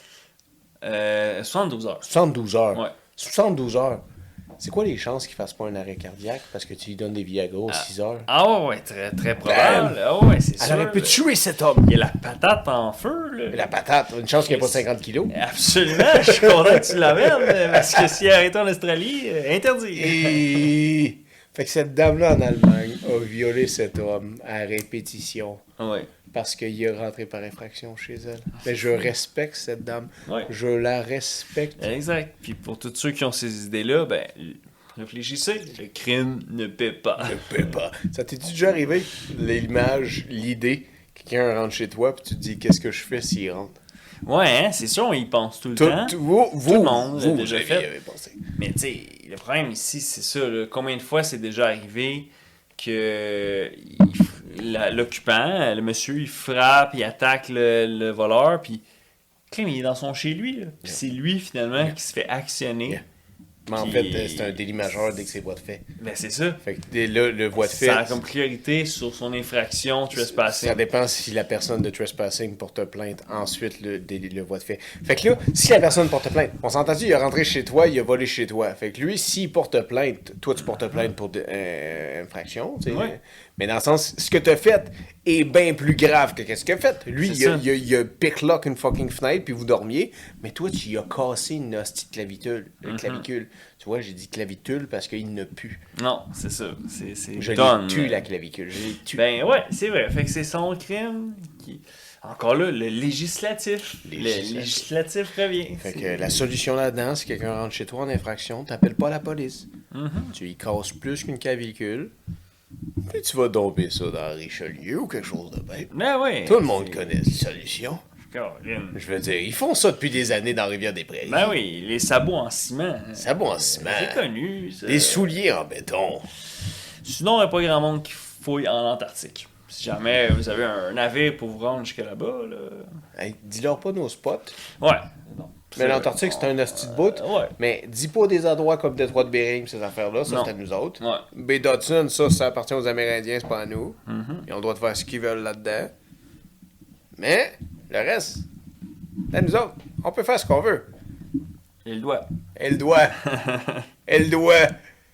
Euh, soixante-douze heures. soixante-douze heures. Ouais. soixante-douze heures. C'est quoi les chances qu'il fasse pas un arrêt cardiaque parce que tu lui donnes des Viagra aux six heures? Ah ouais, ouais, très, très probable. Ah ouais, c'est Elle sûr. aurait pu là. tuer cet homme. Il y a la patate en feu, là. La patate, une chance qu'il n'y ait pas cinquante kilos. Absolument, je suis content que tu l'amènes, parce que s'il arrêtait en Australie, euh, interdit. Et... Fait que cette dame-là en Allemagne a violé cet homme à répétition Ouais. parce qu'il est rentré par infraction chez elle. Mais je respecte cette dame. Ouais. Je la respecte. Exact. Puis pour tous ceux qui ont ces idées-là, ben, réfléchissez. Le crime ne paie pas. Ne paie pas. Ça t'est déjà arrivé? L'image, l'idée, quelqu'un rentre chez toi puis tu te dis qu'est-ce que je fais s'il rentre? Ouais, hein, c'est sûr, on y pense tout le Tout, temps. tout- vous, vous, le monde l'a vous, déjà vous y fait. avez pensé. Mais tu sais, le problème ici, c'est ça. Là, combien de fois c'est déjà arrivé que il f- la- l'occupant, le monsieur, il frappe, il attaque le, le voleur, puis crime, il est dans son chez lui. là. Puis c'est lui, finalement, qui se fait actionner. Yeah. Mais en Puis- fait, euh, c'est un délit majeur dès que c'est voie de fait. Ben, c'est ça. Fait que dès là, le voie de fait, Ça a comme priorité sur son infraction trespassing. ça dépend si la personne de trespassing porte plainte. Ensuite, le, délit- le voie de fait. Fait que là, si la personne porte plainte, on s'entend il est rentré chez toi, il a volé chez toi. Fait que lui, s'il porte plainte, toi, tu portes plainte pour de, euh, infraction. tu sais. Ouais. Mais dans le sens, ce que tu as fait est bien plus grave que ce qu'il a fait. Lui, C'est il a, ça. il, a, il a picklock une fucking fenêtre, puis vous dormiez. Mais toi, tu y as cassé une hostie de clavicule. Mm-hmm. euh, clavicule. Tu vois, j'ai dit clavicule parce qu'il ne pue. Non, c'est ça. C'est, c'est Je done. l'ai tué, la clavicule. Je l'ai tué. Ben ouais, c'est vrai. Fait que c'est son crime qui... Encore là, le législatif. Législatif. Le législatif revient. Fait que la solution là-dedans, si quelqu'un rentre chez toi en infraction, t'appelles pas la police. Mhm. Tu y casses plus qu'une clavicule. Puis tu vas domper ça dans Richelieu ou quelque chose de même. Ben oui. Tout le monde c'est- connaît cette solution. Caroline. Je veux dire, ils font ça depuis des années dans Rivière-des-Prairies. Ben oui, les sabots en ciment. hein. Sabots en ciment. C'est connu, ça. Des souliers en béton. Sinon, il n'y a pas grand monde qui fouille en Antarctique. Si jamais vous avez un navire pour vous rendre jusque là-bas, là... Hey, dis-leur pas nos spots. Ouais. Non. Mais l'Antarctique, c'est un hostie de bout. Euh, ouais. Mais dis pas des endroits comme Détroit de Bering, ces affaires-là, ça Non. c'est à nous autres. Ouais. Baie d'Hudson, ça, ça appartient aux Amérindiens, c'est pas à nous. Mhm. Ils ont le droit de faire ce qu'ils veulent là-dedans. Mais, le reste, c'est à nous autres. On peut faire ce qu'on veut. Il doit. Elle doit. Elle doit.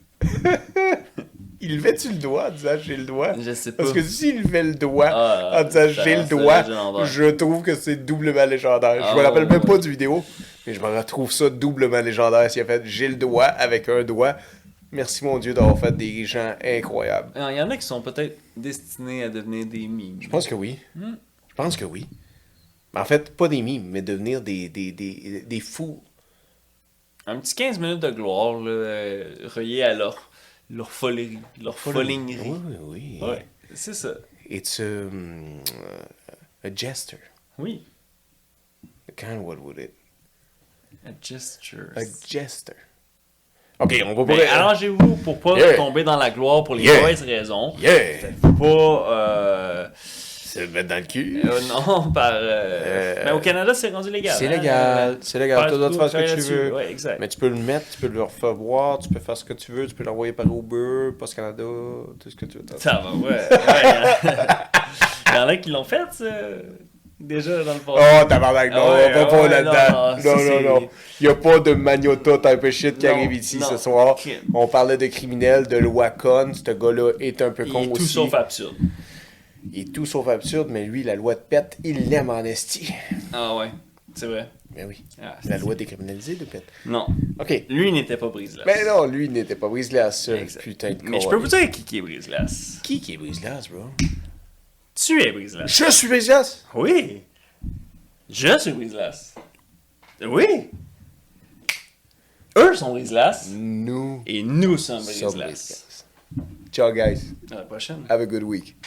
Il levait-tu le doigt en disant j'ai le doigt? Je sais pas. Parce que s'il levait le doigt Ah, en disant ça- j'ai le c'est doigt, légendaire. je trouve que c'est doublement légendaire. Ah, je me rappelle même ouais. pas du vidéo, mais je me retrouve ça doublement légendaire s'il a fait j'ai le doigt avec un doigt. Merci mon Dieu d'avoir fait des gens incroyables. Il y en a qui sont peut-être destinés à devenir des mimes. Je pense que oui. Hmm. Je pense que oui. Mais en fait, pas des mimes, mais devenir des, des, des, des fous. Un petit quinze minutes de gloire, là, euh, relié à leur, leur folerie, leur folignerie. Oui, oui. Ouais, c'est ça. It's um, a jester. Oui. Kind of what would it? A gesture. A jester. Ok, on va Mais pas. arrangez-vous pour pas Yeah. tomber dans la gloire pour les Yeah. mauvaises raisons. Yeah! Faites-vous pas... Euh, Se le mettre dans le cul. euh, non, par... euh, Euh, mais au Canada, c'est rendu légal. C'est hein. légal, c'est légal. Faire Tu as le droit de du faire ce que travail tu là-dessus. veux. Ouais, exact. Mais tu peux le mettre, tu peux le faire boire, tu peux faire ce que tu veux, tu peux l'envoyer par Uber, Post Canada, tout ce que tu veux. Ça va, ouais. ouais hein. Il y en a qui l'ont fait, ça. Déjà, dans le passé. Oh, tabarnak, non, Ah ouais, on va ah pas ouais, là-dedans. non, ça, Non, non, c'est- non. Il n'y a pas de magnota type of shit qui Non, arrive ici non. ce soir. Ok. On parlait de criminels, de loi con. Ce gars-là est un peu Il con est aussi. tout sauf absurde. Il est tout sauf absurde, mais lui, la loi de pète, il l'aime en esti. Ah ouais, c'est vrai. Mais oui, Ah, la c'est- loi décriminalisée de pète. Non, OK. lui n'était pas brise-glace. Mais non, lui, il n'était pas brise-glace, ce Exact. putain de Mais je con. peux vous dire qui, qui est brise-glace. Qui qui est brise-glace, bro? Tu es brise-glace. Je suis brise-glace! Oui. Je suis brise-glace. Oui. Eux sont brise-glace. Nous Et nous sommes sommes brise-glace. brise-glace. Ciao, guys. À la prochaine. Have a good week.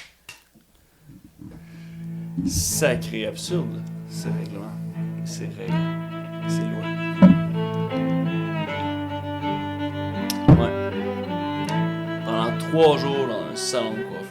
Sacré absurde, ces règlements, ces règles, ces lois. Ouais. Pendant trois jours dans un salon de coiffure.